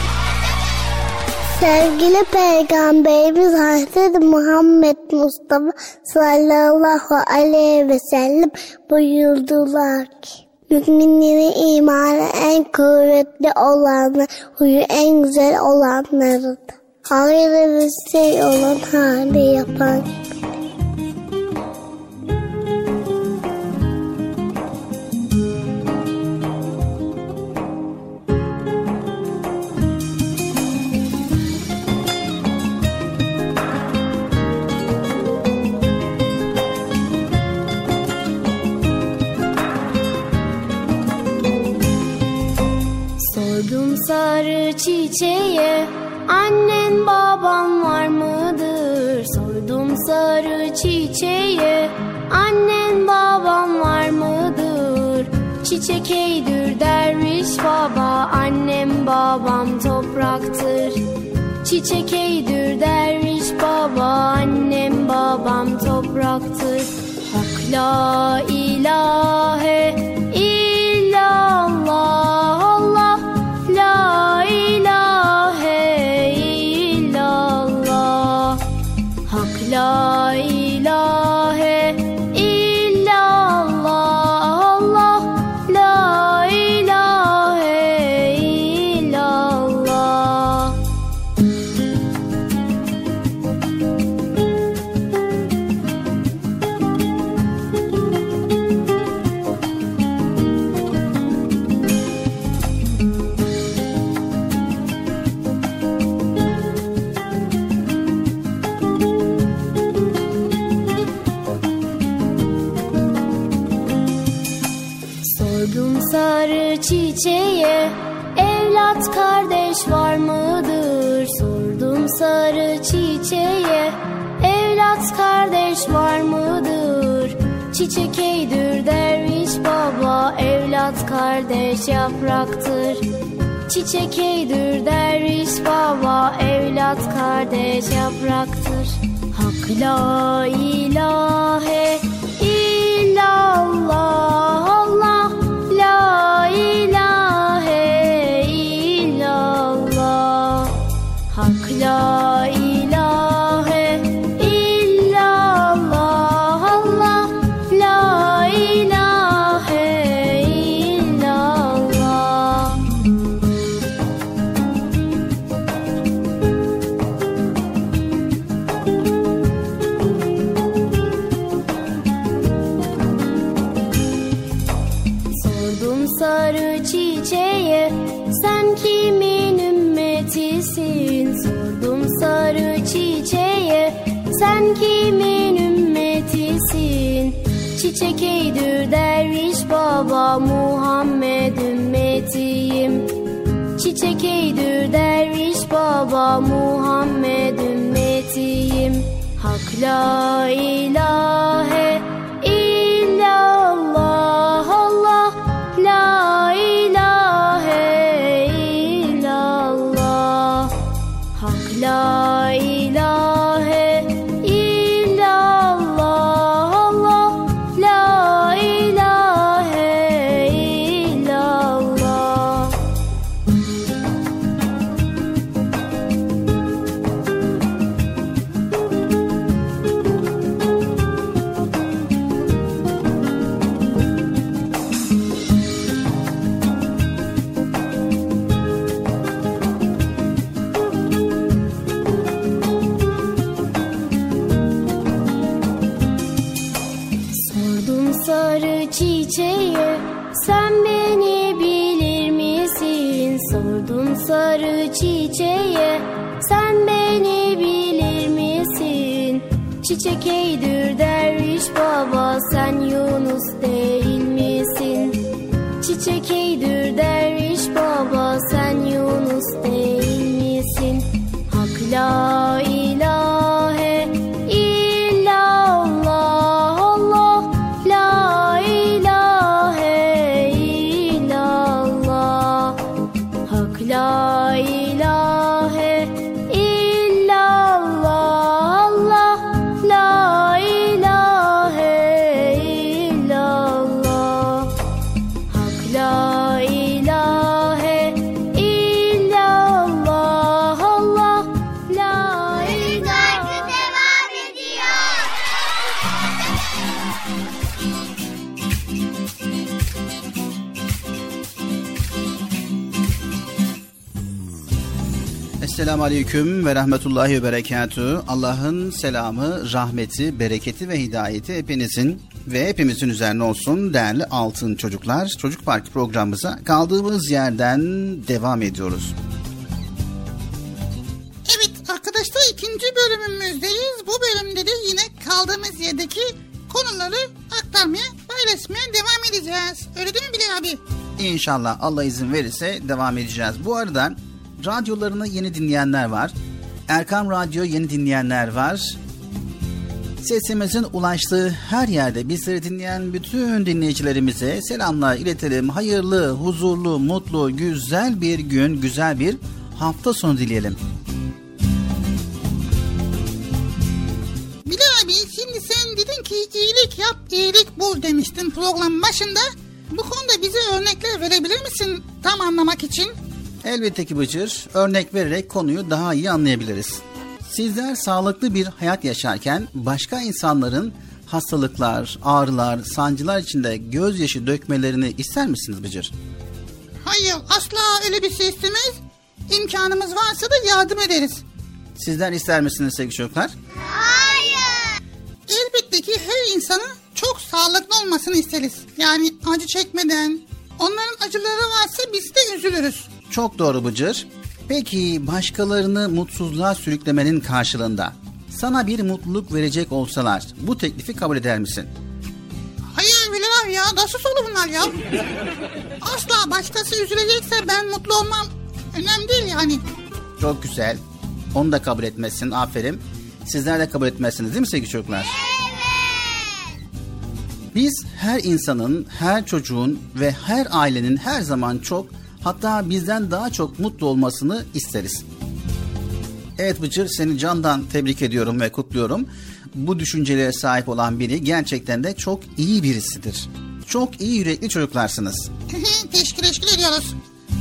Sevgili Peygamberimiz Hazreti Muhammed Mustafa sallallahu aleyhi ve sellem buyurdular ki, müminlerin imanı en kuvvetli olanı, huyu en güzel olanlarıdır. Hayırlı bir şey olan hali yapan. Sarı çiçeğe annen baban var mıdır? Sordum sarı çiçeğe annen baban var mıdır? Çiçek eydür derviş baba, annem babam topraktır. Çiçek eydür derviş baba, annem babam topraktır. Hak la ilahe illallah, Allah la ilahe illallah. Hak la ilahe illallah, Allah la ilahe illallah. Sarı çiçeğe evlat kardeş var mıdır? Sordum sarı çiçeğe evlat kardeş var mıdır? Çiçek eydür derviş baba, evlat kardeş yapraktır. Çiçek eydür derviş baba, evlat kardeş yapraktır. Hak la ilahe illallah, Allah la ilahe illallah. Hak la ilahe illallah, Allah la ilahe illallah. Sordum sarı çiçeğe sen kimin ümmetisin? Sordum sarı çiçeğe sen kimin ümmetisin? Çiçek eydür derviş baba, Muhammed ümmetiyim. Çiçek eydür derviş baba, Muhammed ümmetiyim. Hak la ilahe illallah, Allah la ilahe illallah. Hak la ilahe illallah, Allah la ilahe illallah. Sordum sarı çiçeğe sen beni bilir misin? Sordum sarı çiçeğe sen beni bilir misin? Çiçek eydür derviş baba, sen Yunus değil misin? Çiçek eydür derviş baba, sen Yunus değil misin? Hak la ilahe illallah, Allah la ilahe illallah. Hak la ilahe illallah, Allah la ilahe illallah. Hak la ilahe illallah, Allah la ilahe. Şarkı devam ediyor. Esselamu Aleyküm ve Rahmetullahi ve Berekatühü. Allah'ın selamı, rahmeti, bereketi ve hidayeti hepinizin ve hepimizin üzerine olsun değerli altın çocuklar. Çocuk Parkı programımıza kaldığımız yerden devam ediyoruz. Evet arkadaşlar, ikinci bölümümüzdeyiz. Bu bölümde de yine kaldığımız yerdeki konuları aktarmaya, paylaşmaya devam edeceğiz. Öyle değil mi Bilal abi? İnşallah Allah izin verirse devam edeceğiz. Bu arada radyolarını yeni dinleyenler var. Erkam Radyo yeni dinleyenler var. Sesimizin ulaştığı her yerde bizleri dinleyen bütün dinleyicilerimize selamlar iletelim. Hayırlı, huzurlu, mutlu, güzel bir gün, güzel bir hafta sonu dileyelim. Bilal abi, şimdi sen dedin ki iyilik yap, iyilik bul demiştin programın başında. Bu konuda bize örnekler verebilir misin tam anlamak için? Elbette ki Bıcır, örnek vererek konuyu daha iyi anlayabiliriz. Sizler sağlıklı bir hayat yaşarken başka insanların hastalıklar, ağrılar, sancılar içinde gözyaşı dökmelerini ister misiniz Bıcır? Hayır, asla öyle bir şey istemeyiz. İmkanımız varsa da yardım ederiz. Sizler ister misiniz sevgili çocuklar? Hayır. Elbette ki her insanın çok sağlıklı olmasını isteriz. Yani acı çekmeden, onların acıları varsa biz de üzülürüz. Çok doğru Bıcır. Peki başkalarını mutsuzluğa sürüklemenin karşılığında sana bir mutluluk verecek olsalar bu teklifi kabul eder misin? Hayır Bilal abi ya, nasıl olur bunlar ya? Asla, başkası üzülecekse ben mutlu olmam. Önemli değil yani. Çok güzel. Onu da kabul etmezsin, aferin. Sizler de kabul etmezsiniz değil mi sevgili çocuklar? Biz her insanın, her çocuğun ve her ailenin her zaman çok, hatta bizden daha çok mutlu olmasını isteriz. Evet Bıcır, seni candan tebrik ediyorum ve kutluyorum. Bu düşüncelere sahip olan biri gerçekten de çok iyi birisidir. Çok iyi yürekli çocuklarsınız. Teşekkür teşekkür ediyoruz.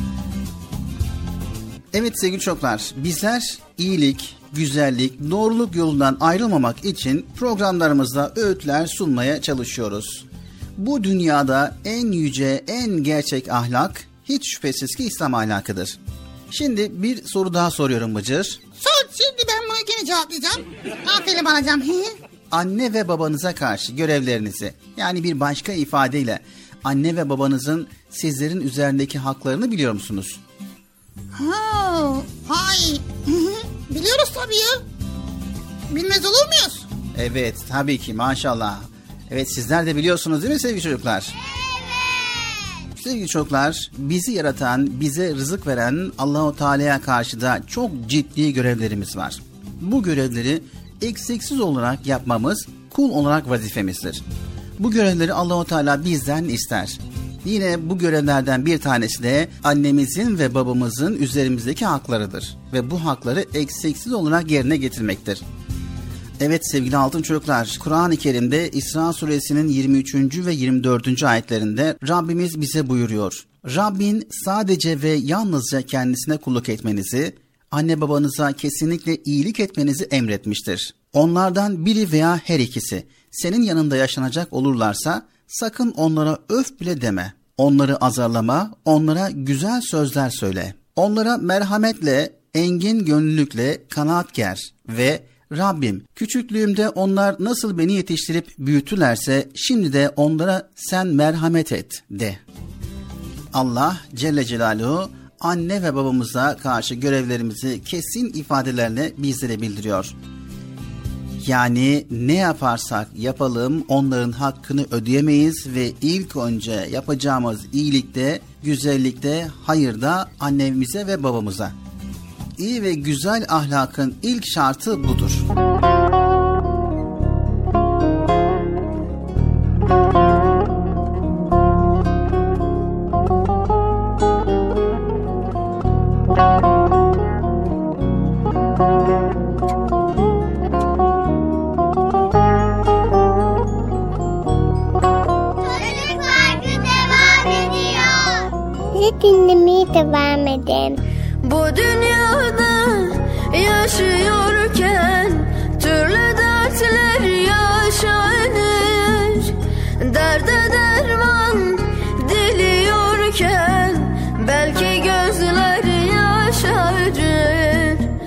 Evet sevgili çocuklar, bizler iyilik, güzellik, doğruluk yolundan ayrılmamak için programlarımızda öğütler sunmaya çalışıyoruz. Bu dünyada en yüce, en gerçek ahlak hiç şüphesiz ki İslam ahlakıdır. Şimdi bir soru daha soruyorum Bıcır. Sor, şimdi ben bunu gene cevaplayacağım. Aferin bana canım. Anne ve babanıza karşı görevlerinizi, yani bir başka ifadeyle anne ve babanızın sizlerin üzerindeki haklarını biliyor musunuz? Ha, hay. Biliyoruz tabii ya. Bilmez olur muyuz? Evet, tabii ki, maşallah. Evet, sizler de biliyorsunuz değil mi sevgili çocuklar? Evet. Sevgili çocuklar, bizi yaratan, bize rızık veren Allah-u Teala'ya karşı da çok ciddi görevlerimiz var. Bu görevleri eksiksiz olarak yapmamız kul olarak vazifemizdir. Bu görevleri Allah-u Teala bizden ister. Yine bu görevlerden bir tanesi de annemizin ve babamızın üzerimizdeki haklarıdır. Ve bu hakları eksiksiz olarak yerine getirmektir. Evet sevgili altın çocuklar, Kur'an-ı Kerim'de İsra suresinin yirmi üçüncü ve yirmi dördüncü ayetlerinde Rabbimiz bize buyuruyor. Rabbin sadece ve yalnızca kendisine kulluk etmenizi, anne babanıza kesinlikle iyilik etmenizi emretmiştir. Onlardan biri veya her ikisi senin yanında yaşanacak olurlarsa sakın onlara öf bile deme. Onları azarlama, onlara güzel sözler söyle. Onlara merhametle, engin gönüllülükle kanaat ger ve Rabbim küçüklüğümde onlar nasıl beni yetiştirip büyüttülerse şimdi de onlara sen merhamet et de. Allah Celle Celaluhu anne ve babamıza karşı görevlerimizi kesin ifadelerle bizlere bildiriyor. Yani ne yaparsak yapalım onların hakkını ödeyemeyiz ve ilk önce yapacağımız iyilikte, güzellikte, hayırda annemize ve babamıza. İyi ve güzel ahlakın ilk şartı budur. Dinlemeye devam edin. Bu dünyada yaşıyorken türlü dertler yaşanır. Derde derman diliyorken belki gözler yaşarır.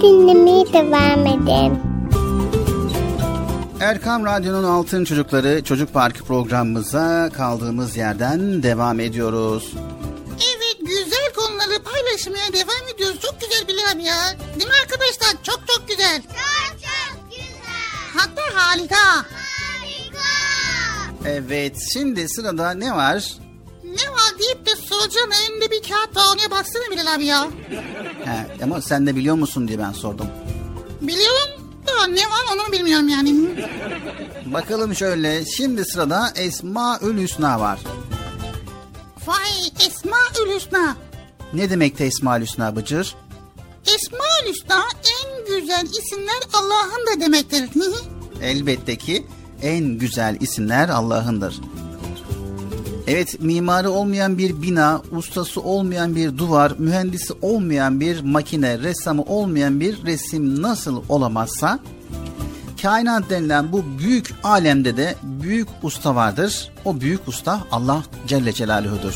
dinlemeye devam edin. Erkam Radyo'nun Altın Çocukları Çocuk Parkı programımıza kaldığımız yerden devam ediyoruz. Evet, güzel konuları paylaşmaya devam ediyoruz. Çok güzel Bilal abi ya. Değil mi arkadaşlar? Çok çok güzel. Çok çok güzel. Hatta harika. Harika. Evet, şimdi sırada ne var? Ne var deyip de soracağın önünde bir kağıt var, ona baksana Bilal abi ya. He, ama sen de biliyor musun diye ben sordum. Biliyorum da ne var onu bilmiyorum yani. Bakalım şöyle, şimdi sırada Esmaül Hüsna var. Vay, Esmaül Hüsna. Ne demekti Esmaül Hüsna Bıcır? Esmaül Hüsna en güzel isimler Allah'ın da demektir. Elbette ki en güzel isimler Allah'ındır. Evet, mimarı olmayan bir bina, ustası olmayan bir duvar, mühendisi olmayan bir makine, ressamı olmayan bir resim nasıl olamazsa, kainat denilen bu büyük alemde de büyük usta vardır. O büyük usta Allah Celle Celaluhu'dur.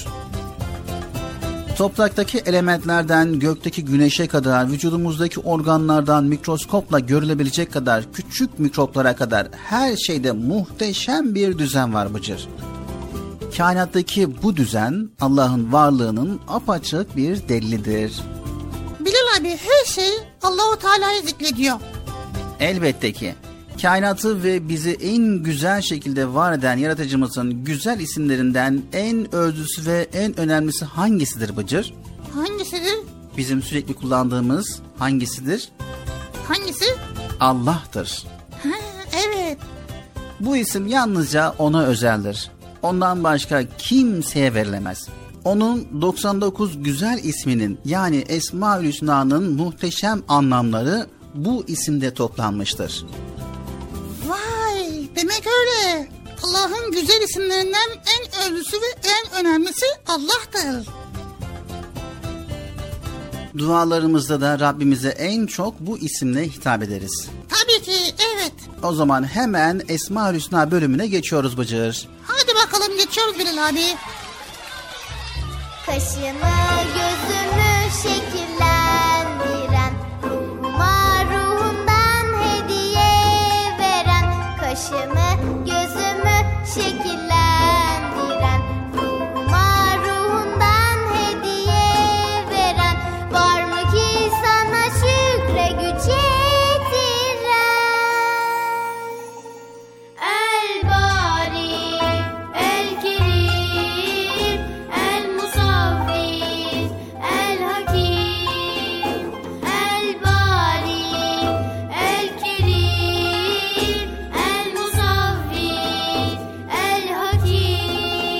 Topraktaki elementlerden gökteki güneşe kadar, vücudumuzdaki organlardan mikroskopla görülebilecek kadar küçük mikroplara kadar her şeyde muhteşem bir düzen var Bıcır. Kainattaki bu düzen Allah'ın varlığının apaçık bir delilidir. Bilal abi, her şey Allah-u Teala'yı zikrediyor. Elbette ki kainatı ve bizi en güzel şekilde var eden yaratıcımızın güzel isimlerinden en özlüsü ve en önemlisi hangisidir Bıcır? Hangisidir? Bizim sürekli kullandığımız hangisidir? Hangisi? Allah'tır. Ha, evet. Bu isim yalnızca ona özeldir. Ondan başka kimseye verilemez. Onun doksan dokuz güzel isminin yani Esmaül Hüsna'nın muhteşem anlamları bu isimde toplanmıştır. Vay, demek öyle. Allah'ın güzel isimlerinden en özlüsü ve en önemlisi Allah'tır. Dualarımızda da Rabbimize en çok bu isimle hitap ederiz. Tabii ki, evet. O zaman hemen Esmaül Hüsna bölümüne geçiyoruz Bıcır. Hadi bakalım, geçiyoruz Bilal abi. Kaşımı gözümü şekillendiren, ruhuma ruhundan hediye veren. Kaşımı gözümü şekillendiren, ruhuma ruhundan hediye veren. Var mı ki sana şükre güç yetiren? El Bari, El Kerim, El Musavvir, El Hakim. El Bari, El Kerim, El Musavvir, El Hakim.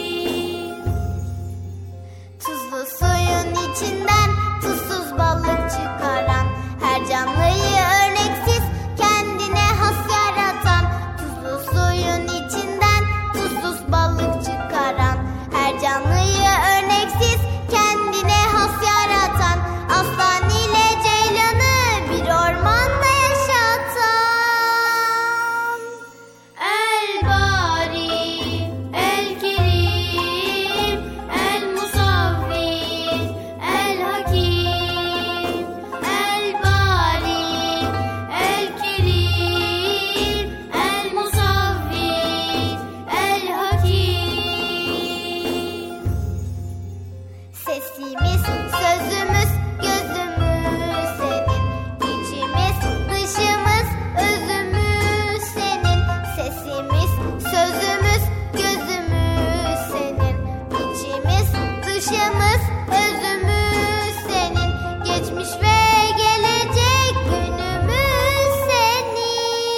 Tuzlu suyun içinden tuzsuz balık çıkaran, her canlıyı örneksiz kendine has yaratan. Tuzlu suyun içinden tuzsuz balık çıkaran, her canlıyı örneksiz kendine has yaratan. Aslan ile ceylanı bir ormanda yaşatan. El Bari, El Kerim, El Musavvir, El Hakim. El Bari, El Kerim, El Musavvir, El Hakim. Sesimiz, sözümüz, gözümüz senin. İçimiz, dışımız, özümüz senin. Sesimiz, sözümüz, gözümüz senin. İçimiz, dışımız, özümüz senin. Geçmiş ve gelecek günümüz senin.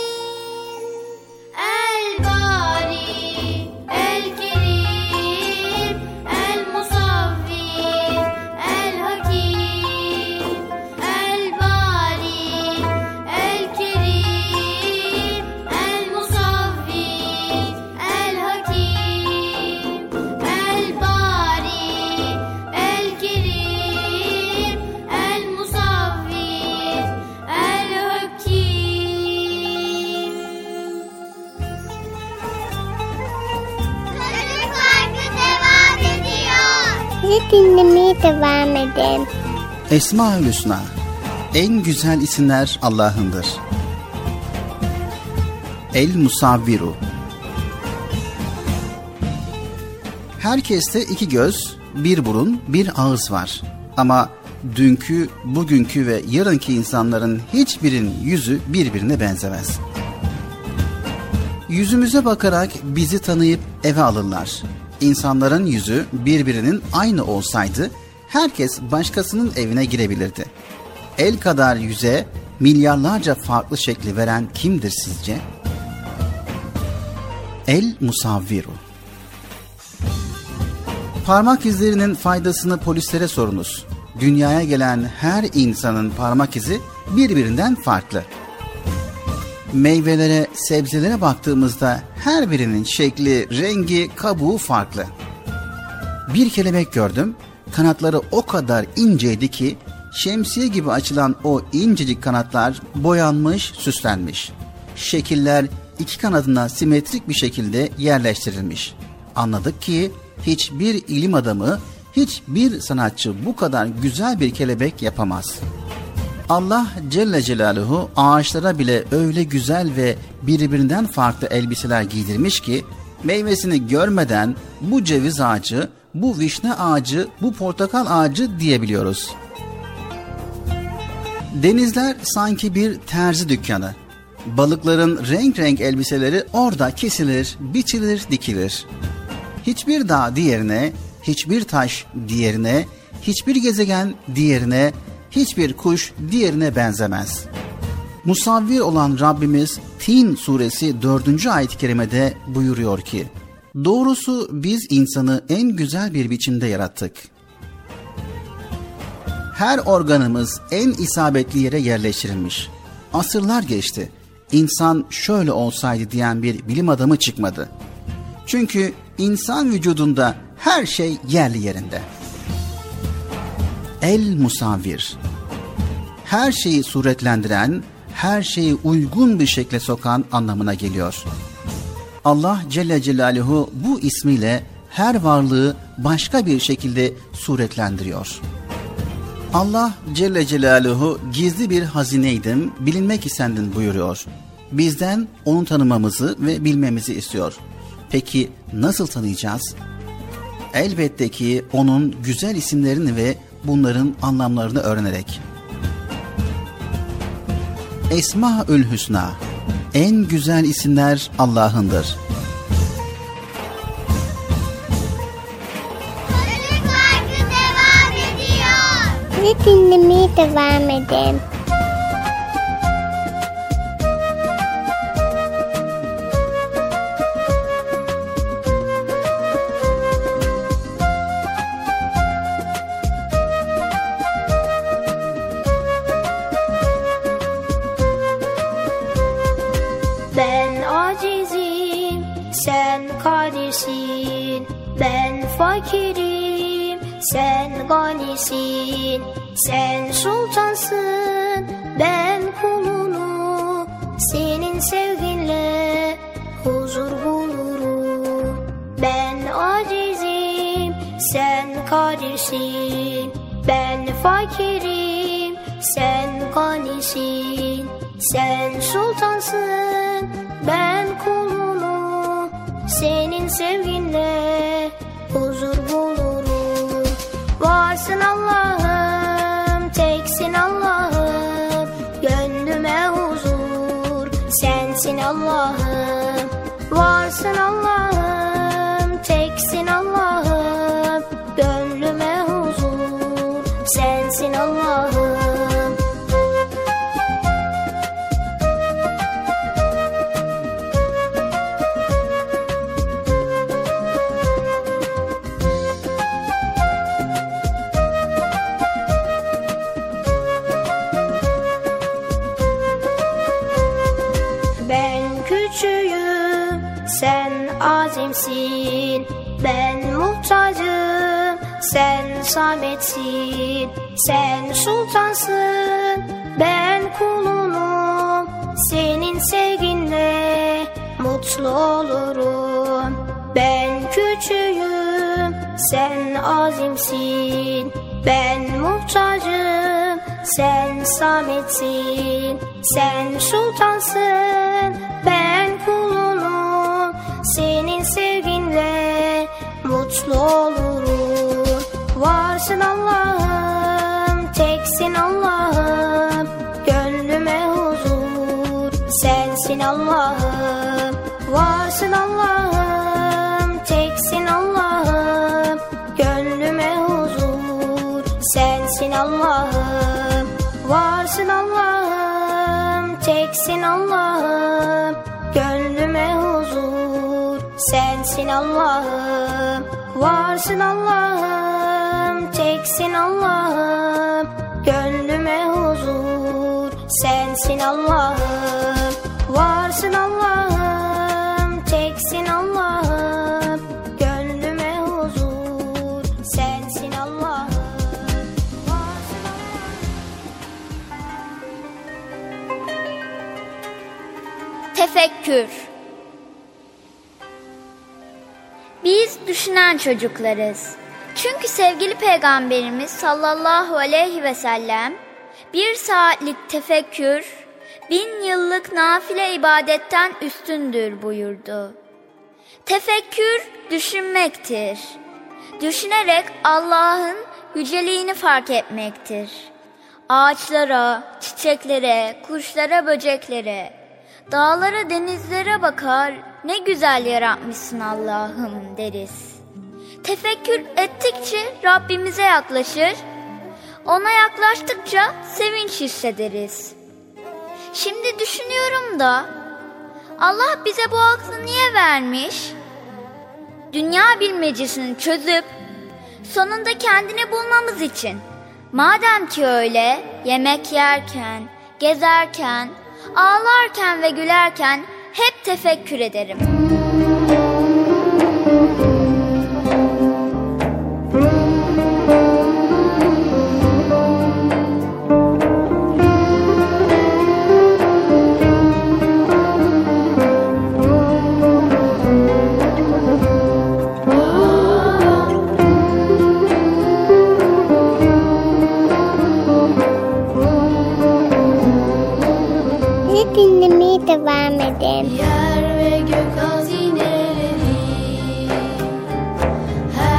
El Bari, El Kerim, El Musavvir, El Hakim. El Bari, El Kerim, El Musavvir, El Hakim. El Bari, El Kerim, El Musavvir, El Hakim. Çocuk Parkı devam ediyor. Bizi dinlemeye devam edin. Esmaül Hüsna En güzel isimler Allah'ındır. El Musavviru. Herkeste iki göz, bir burun, bir ağız var. Ama dünkü, bugünkü ve yarınki insanların hiçbirinin yüzü birbirine benzemez. Yüzümüze bakarak bizi tanıyıp eve alırlar. İnsanların yüzü birbirinin aynı olsaydı herkes başkasının evine girebilirdi. El kadar yüze milyarlarca farklı şekli veren kimdir sizce? El Musavviru. Parmak izlerinin faydasını polislere sorunuz. Dünyaya gelen her insanın parmak izi birbirinden farklı. Meyvelere, sebzelere baktığımızda her birinin şekli, rengi, kabuğu farklı. Bir kelebek gördüm, kanatları o kadar inceydi ki şemsiye gibi açılan o incecik kanatlar boyanmış, süslenmiş. Şekiller iki kanadına simetrik bir şekilde yerleştirilmiş. Anladık ki hiçbir ilim adamı, hiçbir sanatçı bu kadar güzel bir kelebek yapamaz. Allah Celle Celaluhu ağaçlara bile öyle güzel ve birbirinden farklı elbiseler giydirmiş ki meyvesini görmeden bu ceviz ağacı, bu vişne ağacı, bu portakal ağacı diyebiliyoruz. Denizler sanki bir terzi dükkanı. Balıkların renk renk elbiseleri orada kesilir, biçilir, dikilir. Hiçbir dağ diğerine, hiçbir taş diğerine, hiçbir gezegen diğerine, hiçbir kuş diğerine benzemez. Musavvir olan Rabbimiz Tin suresi dördüncü ayet-i kerimede buyuruyor ki, doğrusu biz insanı en güzel bir biçimde yarattık. Her organımız en isabetli yere yerleştirilmiş. Asırlar geçti. İnsan şöyle olsaydı diyen bir bilim adamı çıkmadı. Çünkü insan vücudunda her şey yerli yerinde. El Musavvir. Her şeyi suretlendiren, her şeyi uygun bir şekle sokan anlamına geliyor. Allah Celle Celaluhu bu ismiyle her varlığı başka bir şekilde suretlendiriyor. Allah Celle Celaluhu gizli bir hazineydim, bilinmek istendin buyuruyor. Bizden onu tanımamızı ve bilmemizi istiyor. Peki nasıl tanıyacağız? Elbette ki onun güzel isimlerini ve bunların anlamlarını öğrenerek. Esmaül Hüsna. En güzel isimler Allah'ındır. Çocuk Parkı devam ediyor. Ve dinlemeye devam edin. Ben acizim, sen kadirsin. Ben fakirim, sen ganisin. Sen sultansın, ben kulunu. Senin sevginle huzur bulurum. Ben acizim, sen kadirsin. Ben fakirim, sen ganisin. Sen sultansın, ben kulunu. Senin sevginle huzur bulurum. Varsın Allah'ım, teksin Allah'ım. Gönlüme huzur, sensin Allah'ım. Varsın Allah'ım, teksin Allah'ım. Gönlüme huzur, sensin Allah'ım. Sen azimsin, ben muhtacım, sen sametsin. Sen sultansın, ben kulunum. Senin sevginle mutlu olurum. Ben küçüğüm, sen azimsin. Ben muhtacım, Sen Samet'sin, sen sultansın, ben kulunum. Senin sevginle mutlu olurum. Varsın Allah'ım, teksin Allah'ım, gönlüme huzur. Sensin Allah'ım, varsın Allah'ım, teksin Allah'ım, gönlüme huzur. Sensin Allah'ım, varsın Allah'ım, teksin Allah'ım, gönlüme huzur. Sensin Allah'ım, varsın Allah'ım, teksin Allah'ım, gönlüme huzur. Sensin Allah'ım, varsın Allah'ım, teksin Allah'ım, gönlüme huzur. Sensin Allah'ım, varsın Allah'ım. Tefekkür. Biz düşünen çocuklarız. Çünkü sevgili Peygamberimiz sallallahu aleyhi ve sellem bir saatlik tefekkür bin yıllık nafile ibadetten üstündür buyurdu. Tefekkür düşünmektir. Düşünerek Allah'ın yüceliğini fark etmektir. Ağaçlara, çiçeklere, kuşlara, böceklere, dağlara, denizlere bakar, ne güzel yaratmışsın Allah'ım deriz. Tefekkür ettikçe Rabbimize yaklaşır, ona yaklaştıkça sevinç hissederiz. Şimdi düşünüyorum da, Allah bize bu aklı niye vermiş? Dünya bilmecesini çözüp, sonunda kendini bulmamız için. Madem ki öyle, yemek yerken, gezerken, ağlarken ve gülerken hep tefekkür ederim. Dinlemeye devam edelim. Yer ve gök hazineleri, her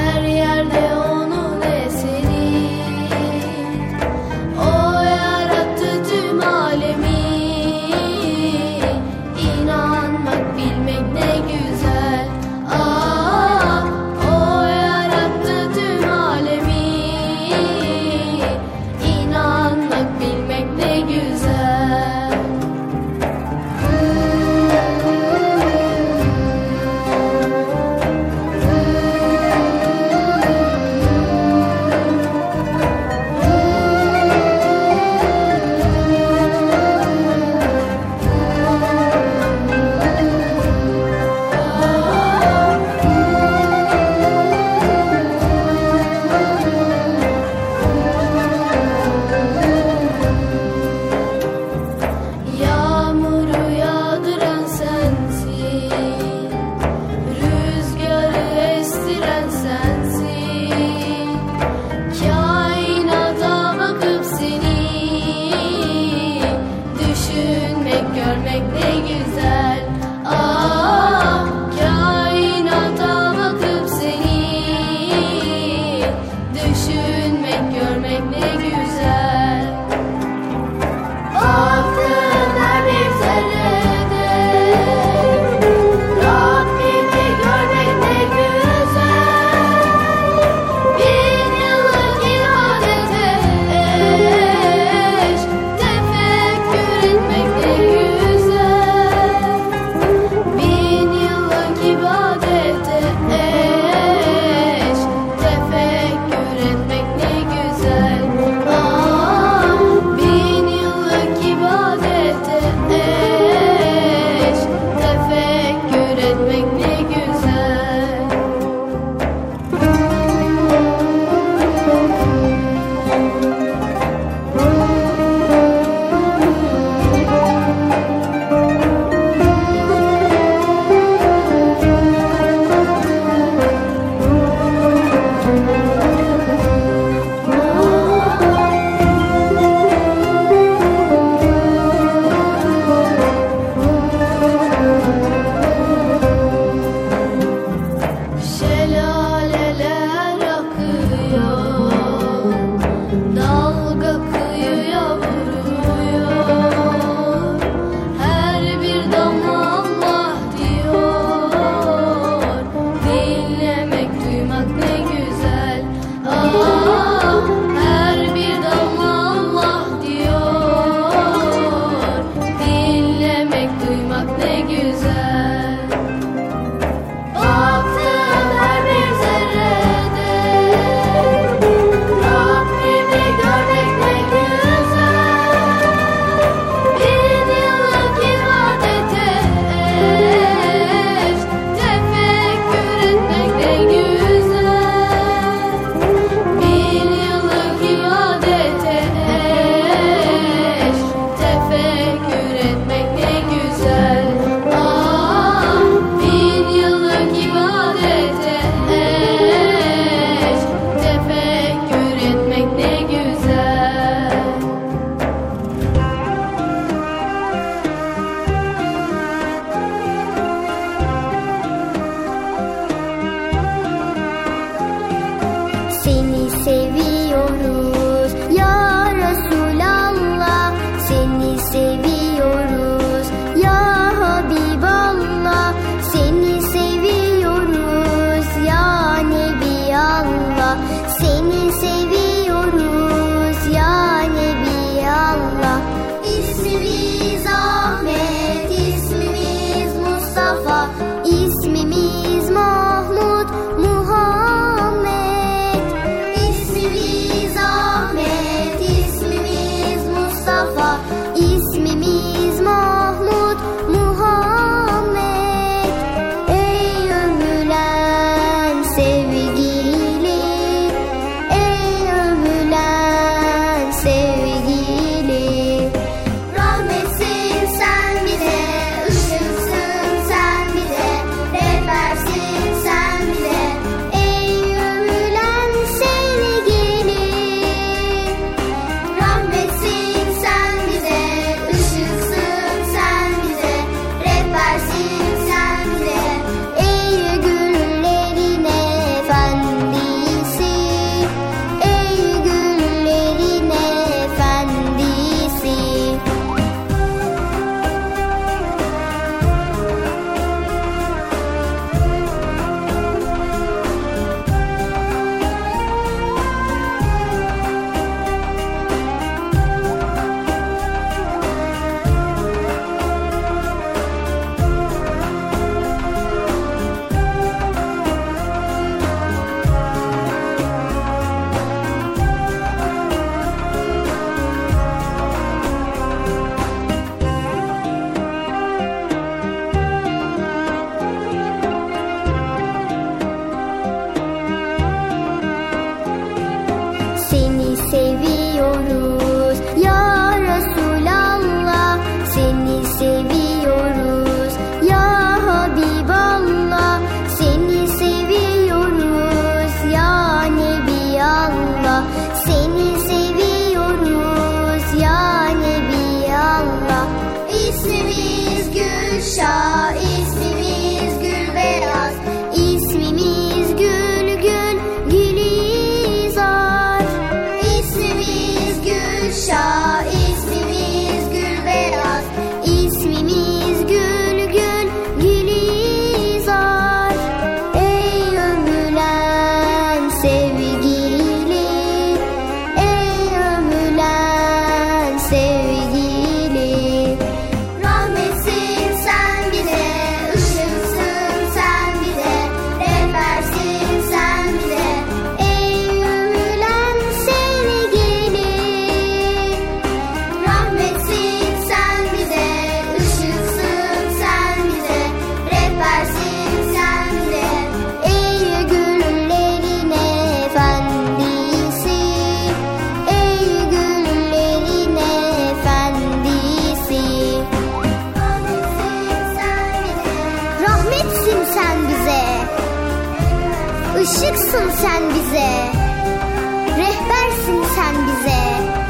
Işıksın sen bize, rehbersin sen bize.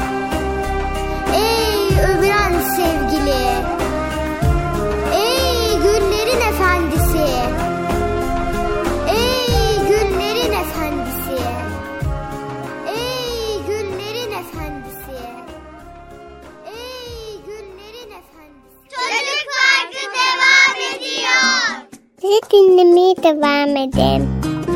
Ey övülen sevgili, ey güllerin efendisi, ey güllerin efendisi, ey güllerin efendisi, ey güllerin efendisi. Çocuk Parkı devam ediyor. Sizi dinlemeye devam edin.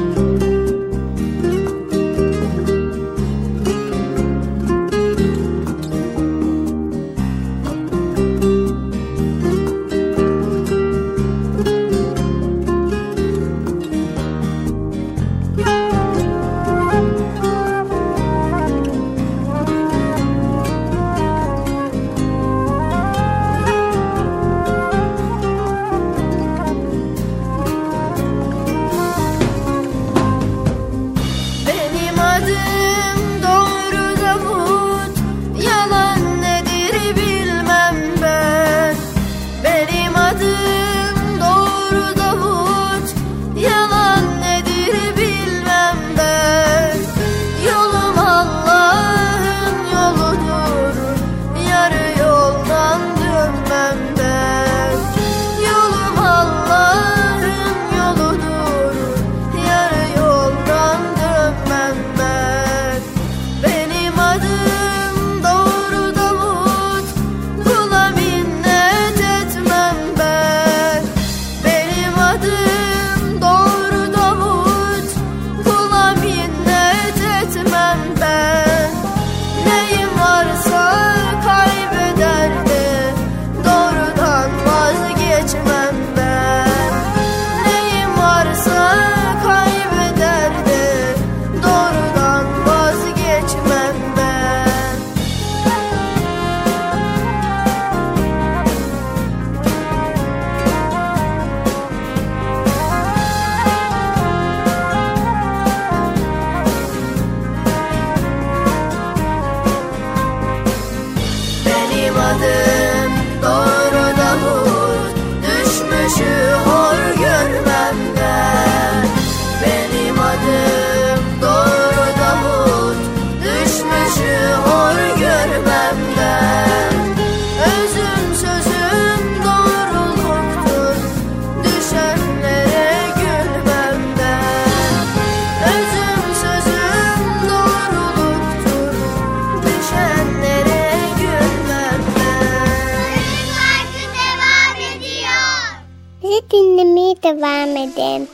Devam edelim.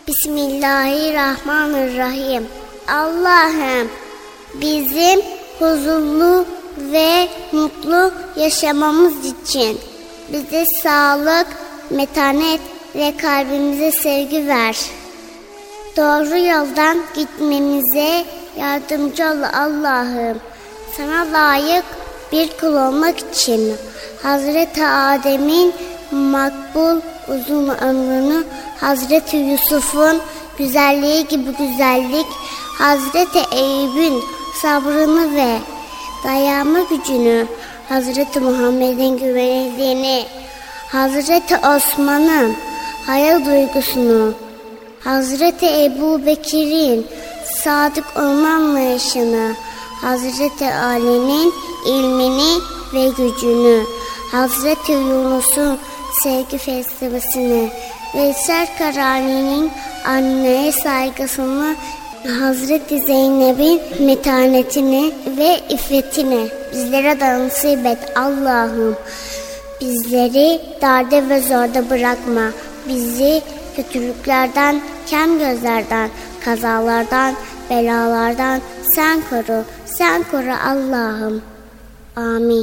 Bismillahirrahmanirrahim. Allah'ım bizim huzurlu ve mutlu yaşamamız için bize sağlık, metanet ve kalbimize sevgi ver. Doğru yoldan gitmemize yardımcı ol Allah'ım. Sana layık bir kul olmak için Hazreti Adem'in makbul uzun ömrünü, Hazreti Yusuf'un güzelliği gibi güzellik, Hazreti Eyüp'ün sabrını ve dayanma gücünü, Hazreti Muhammed'in güvenildiğini, Hazreti Osman'ın hayal duygusunu, Hazreti Ebu Bekir'in sadık olma anlayışını, Hazreti Ali'nin ilmini ve gücünü, Hazreti Yunus'un sevgi felsefesini, Veysel Karani'nin anneye saygısını, Hazreti Zeynep'in metanetini ve iffetini bizlere de nasip et Allah'ım. Bizleri darda ve zorda bırakma. Bizi kötülüklerden, kem gözlerden, kazalardan, belalardan sen koru. Sen koru Allah'ım. Amin.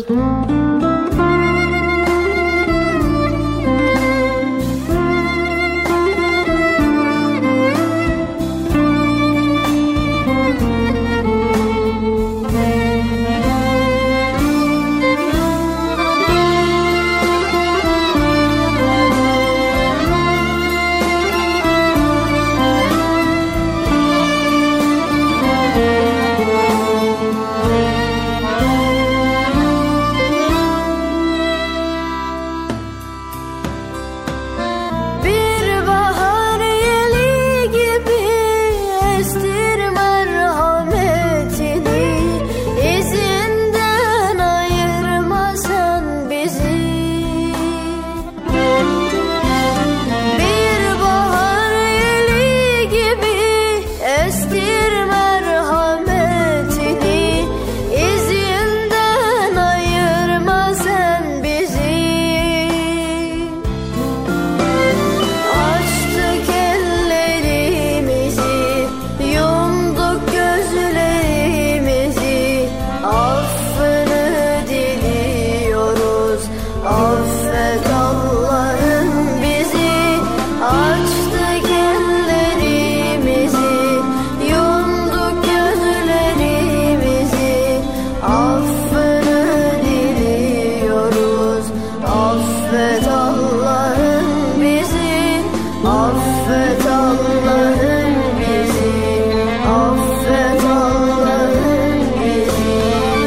affet Allah'ım bizi, affet Allah'ım bizi.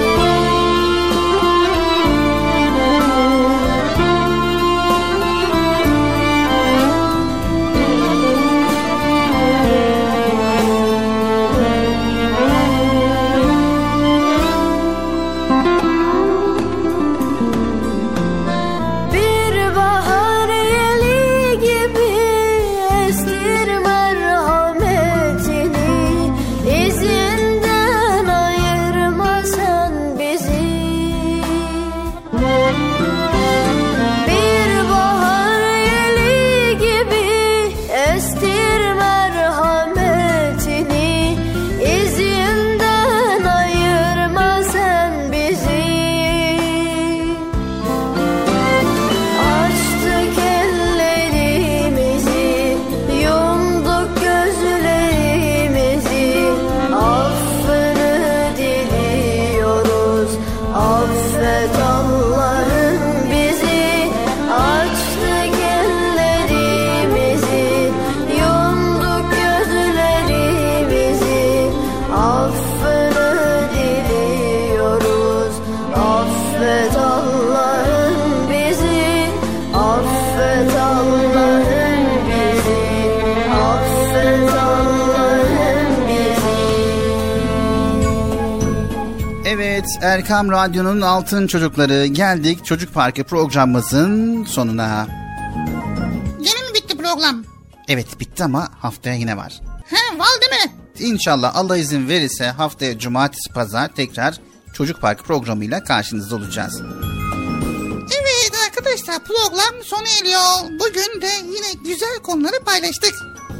Erkam Radyo'nun Altın Çocukları, geldik Çocuk Parkı programımızın sonuna. Yine mi bitti program? Evet bitti ama haftaya yine var. He, var değil mi? İnşallah Allah izin verirse haftaya cumartesi pazar tekrar Çocuk Parkı programıyla karşınızda olacağız. Evet arkadaşlar, program sona eriyor. Bugün de yine güzel konuları paylaştık.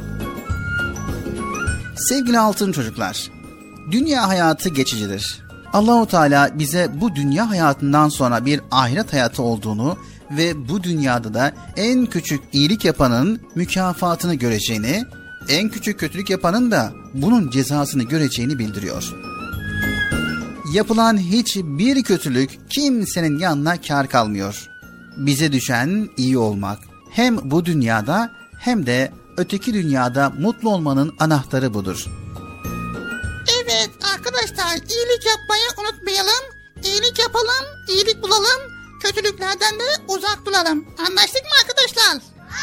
Sevgili Altın Çocuklar, dünya hayatı geçicidir. Allah-u Teala bize bu dünya hayatından sonra bir ahiret hayatı olduğunu ve bu dünyada da en küçük iyilik yapanın mükafatını göreceğini, en küçük kötülük yapanın da bunun cezasını göreceğini bildiriyor. Yapılan hiçbir kötülük kimsenin yanına kâr kalmıyor. Bize düşen iyi olmak. Hem bu dünyada hem de öteki dünyada mutlu olmanın anahtarı budur. Evet arkadaşlar, iyilik yapmayı unutmayalım. İyilik yapalım, iyilik bulalım. Kötülüklerden de uzak duralım. Anlaştık mı arkadaşlar?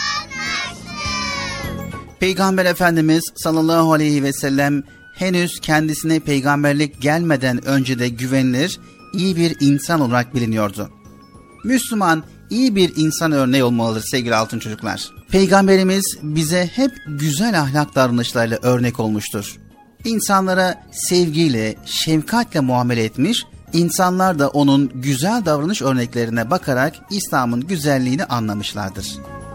Anlaştık. Peygamber Efendimiz sallallahu aleyhi ve sellem henüz kendisine peygamberlik gelmeden önce de güvenilir, iyi bir insan olarak biliniyordu. Müslüman iyi bir insan örneği olmalıdır sevgili altın çocuklar. Peygamberimiz bize hep güzel ahlak davranışlarıyla örnek olmuştur. İnsanlara sevgiyle, şefkatle muamele etmiş, insanlar da onun güzel davranış örneklerine bakarak İslam'ın güzelliğini anlamışlardır.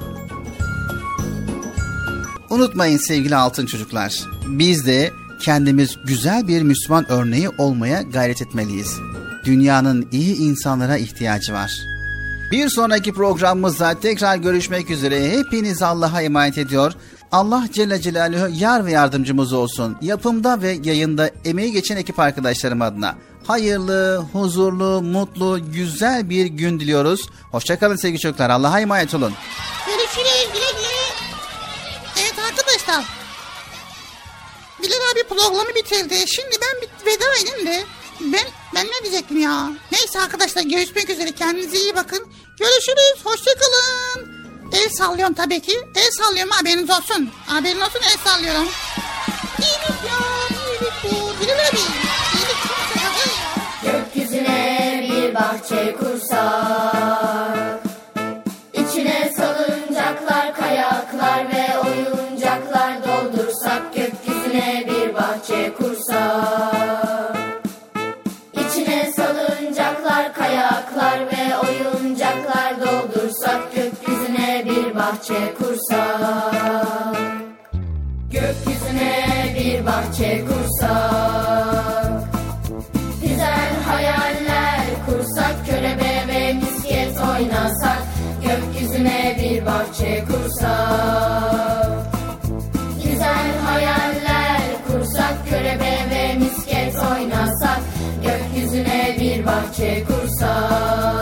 Unutmayın sevgili altın çocuklar, biz de kendimiz güzel bir Müslüman örneği olmaya gayret etmeliyiz. Dünyanın iyi insanlara ihtiyacı var. Bir sonraki programımızda tekrar görüşmek üzere. Hepiniz Allah'a emanet ediyor. Allah Celle Celaluhu yar ve yardımcımız olsun. Yapımda ve yayında emeği geçen ekip arkadaşlarım adına hayırlı, huzurlu, mutlu, güzel bir gün diliyoruz. Hoşçakalın sevgili çocuklar. Allah'a emanet olun. Görüşürüz. Güle güle. Evet arkadaşlar, Bilal abi programı bitirdi. Şimdi ben bir veda edeyim de ben, ben ne diyecektim ya? Neyse arkadaşlar, görüşmek üzere. Kendinize iyi bakın. Görüşürüz. Hoşçakalın. El sallıyorum tabii ki. El sallıyorum, haberiniz olsun. Haberin olsun, el sallıyorum. İyilik ya, iyilik bu. Bilal abi, iyilik çok sever ya. Gökyüzüne bir bahçe kursak, İçine salıncaklar, kayaklar ve oyuncaklar doldursak. Gökyüzüne bir bahçe kursak, İçine salıncaklar, kayaklar ve oyuncaklar doldursak. Gökyüzüne bir bahçe kursak, Gökyüzüne bir bahçe kursak, güzel hayaller kursak. Körebe ve misket oynasak. Gökyüzüne bir bahçe kursak, güzel hayaller kursak. Körebe ve misket oynasak. Gökyüzüne bir bahçe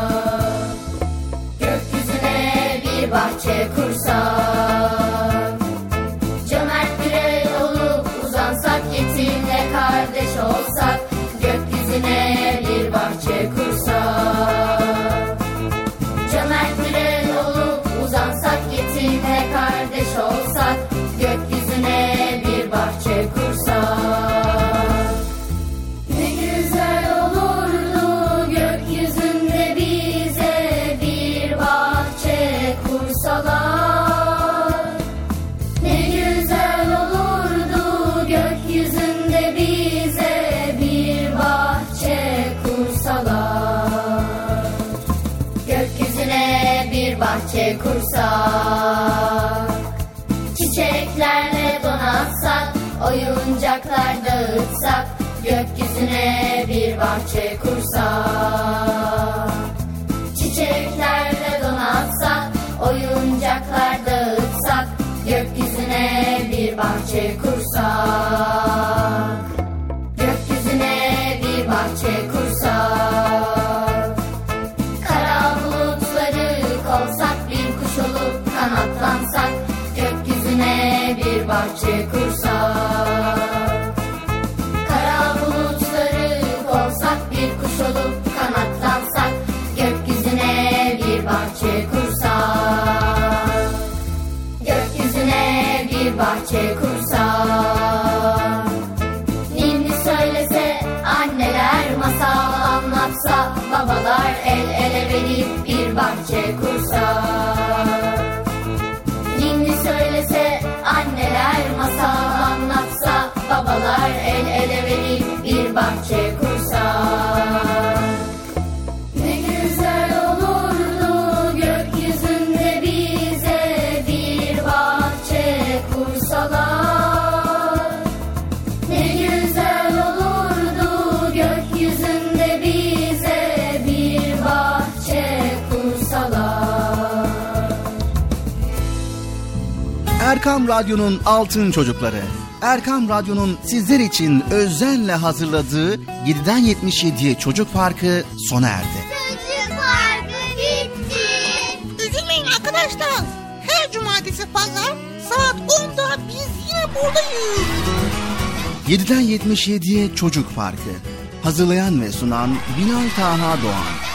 kursak, Gökyüzüne bir bahçe kursak, Çiçeklerle donatsak, oyuncaklar dağıtsak, gökyüzüne bir bahçe kursak. Çiçeklerle donatsak, oyuncaklar dağıtsak, gökyüzüne bir bahçe kursak. Gökyüzüne bir bahçe kursak. Kara bulutları kovsak, bir kuş olup kanatlansak, gökyüzüne bir bahçe kursak. Kara bulutları kovsak, bir kuş olup kanatlansak, gökyüzüne bir bahçe kursak. Gökyüzüne bir bahçe kursak. Ninni söylese, anneler masal anlatsa, babalar el ele verip bir bahçe kursak. Ninni söylese, anneler masal anlatsa, babalar el ele verip bir bahçe kursak. Ne güzel olurdu gökyüzünde bize bir bahçe kursalar. Ne güzel olurdu gökyüzünde bize bir bahçe kursalar. Erkam Radyo'nun Altın Çocukları. Erkam Radyo'nun sizler için özenle hazırladığı yediden yetmiş yediye Çocuk Parkı sona erdi. Çocuk Parkı bitti. Üzülmeyin arkadaşlar. Her cumartesi pazar saat onda biz yine buradayız. yediden yetmiş yediye Çocuk Parkı. Hazırlayan ve sunan Bilal Taha Doğan.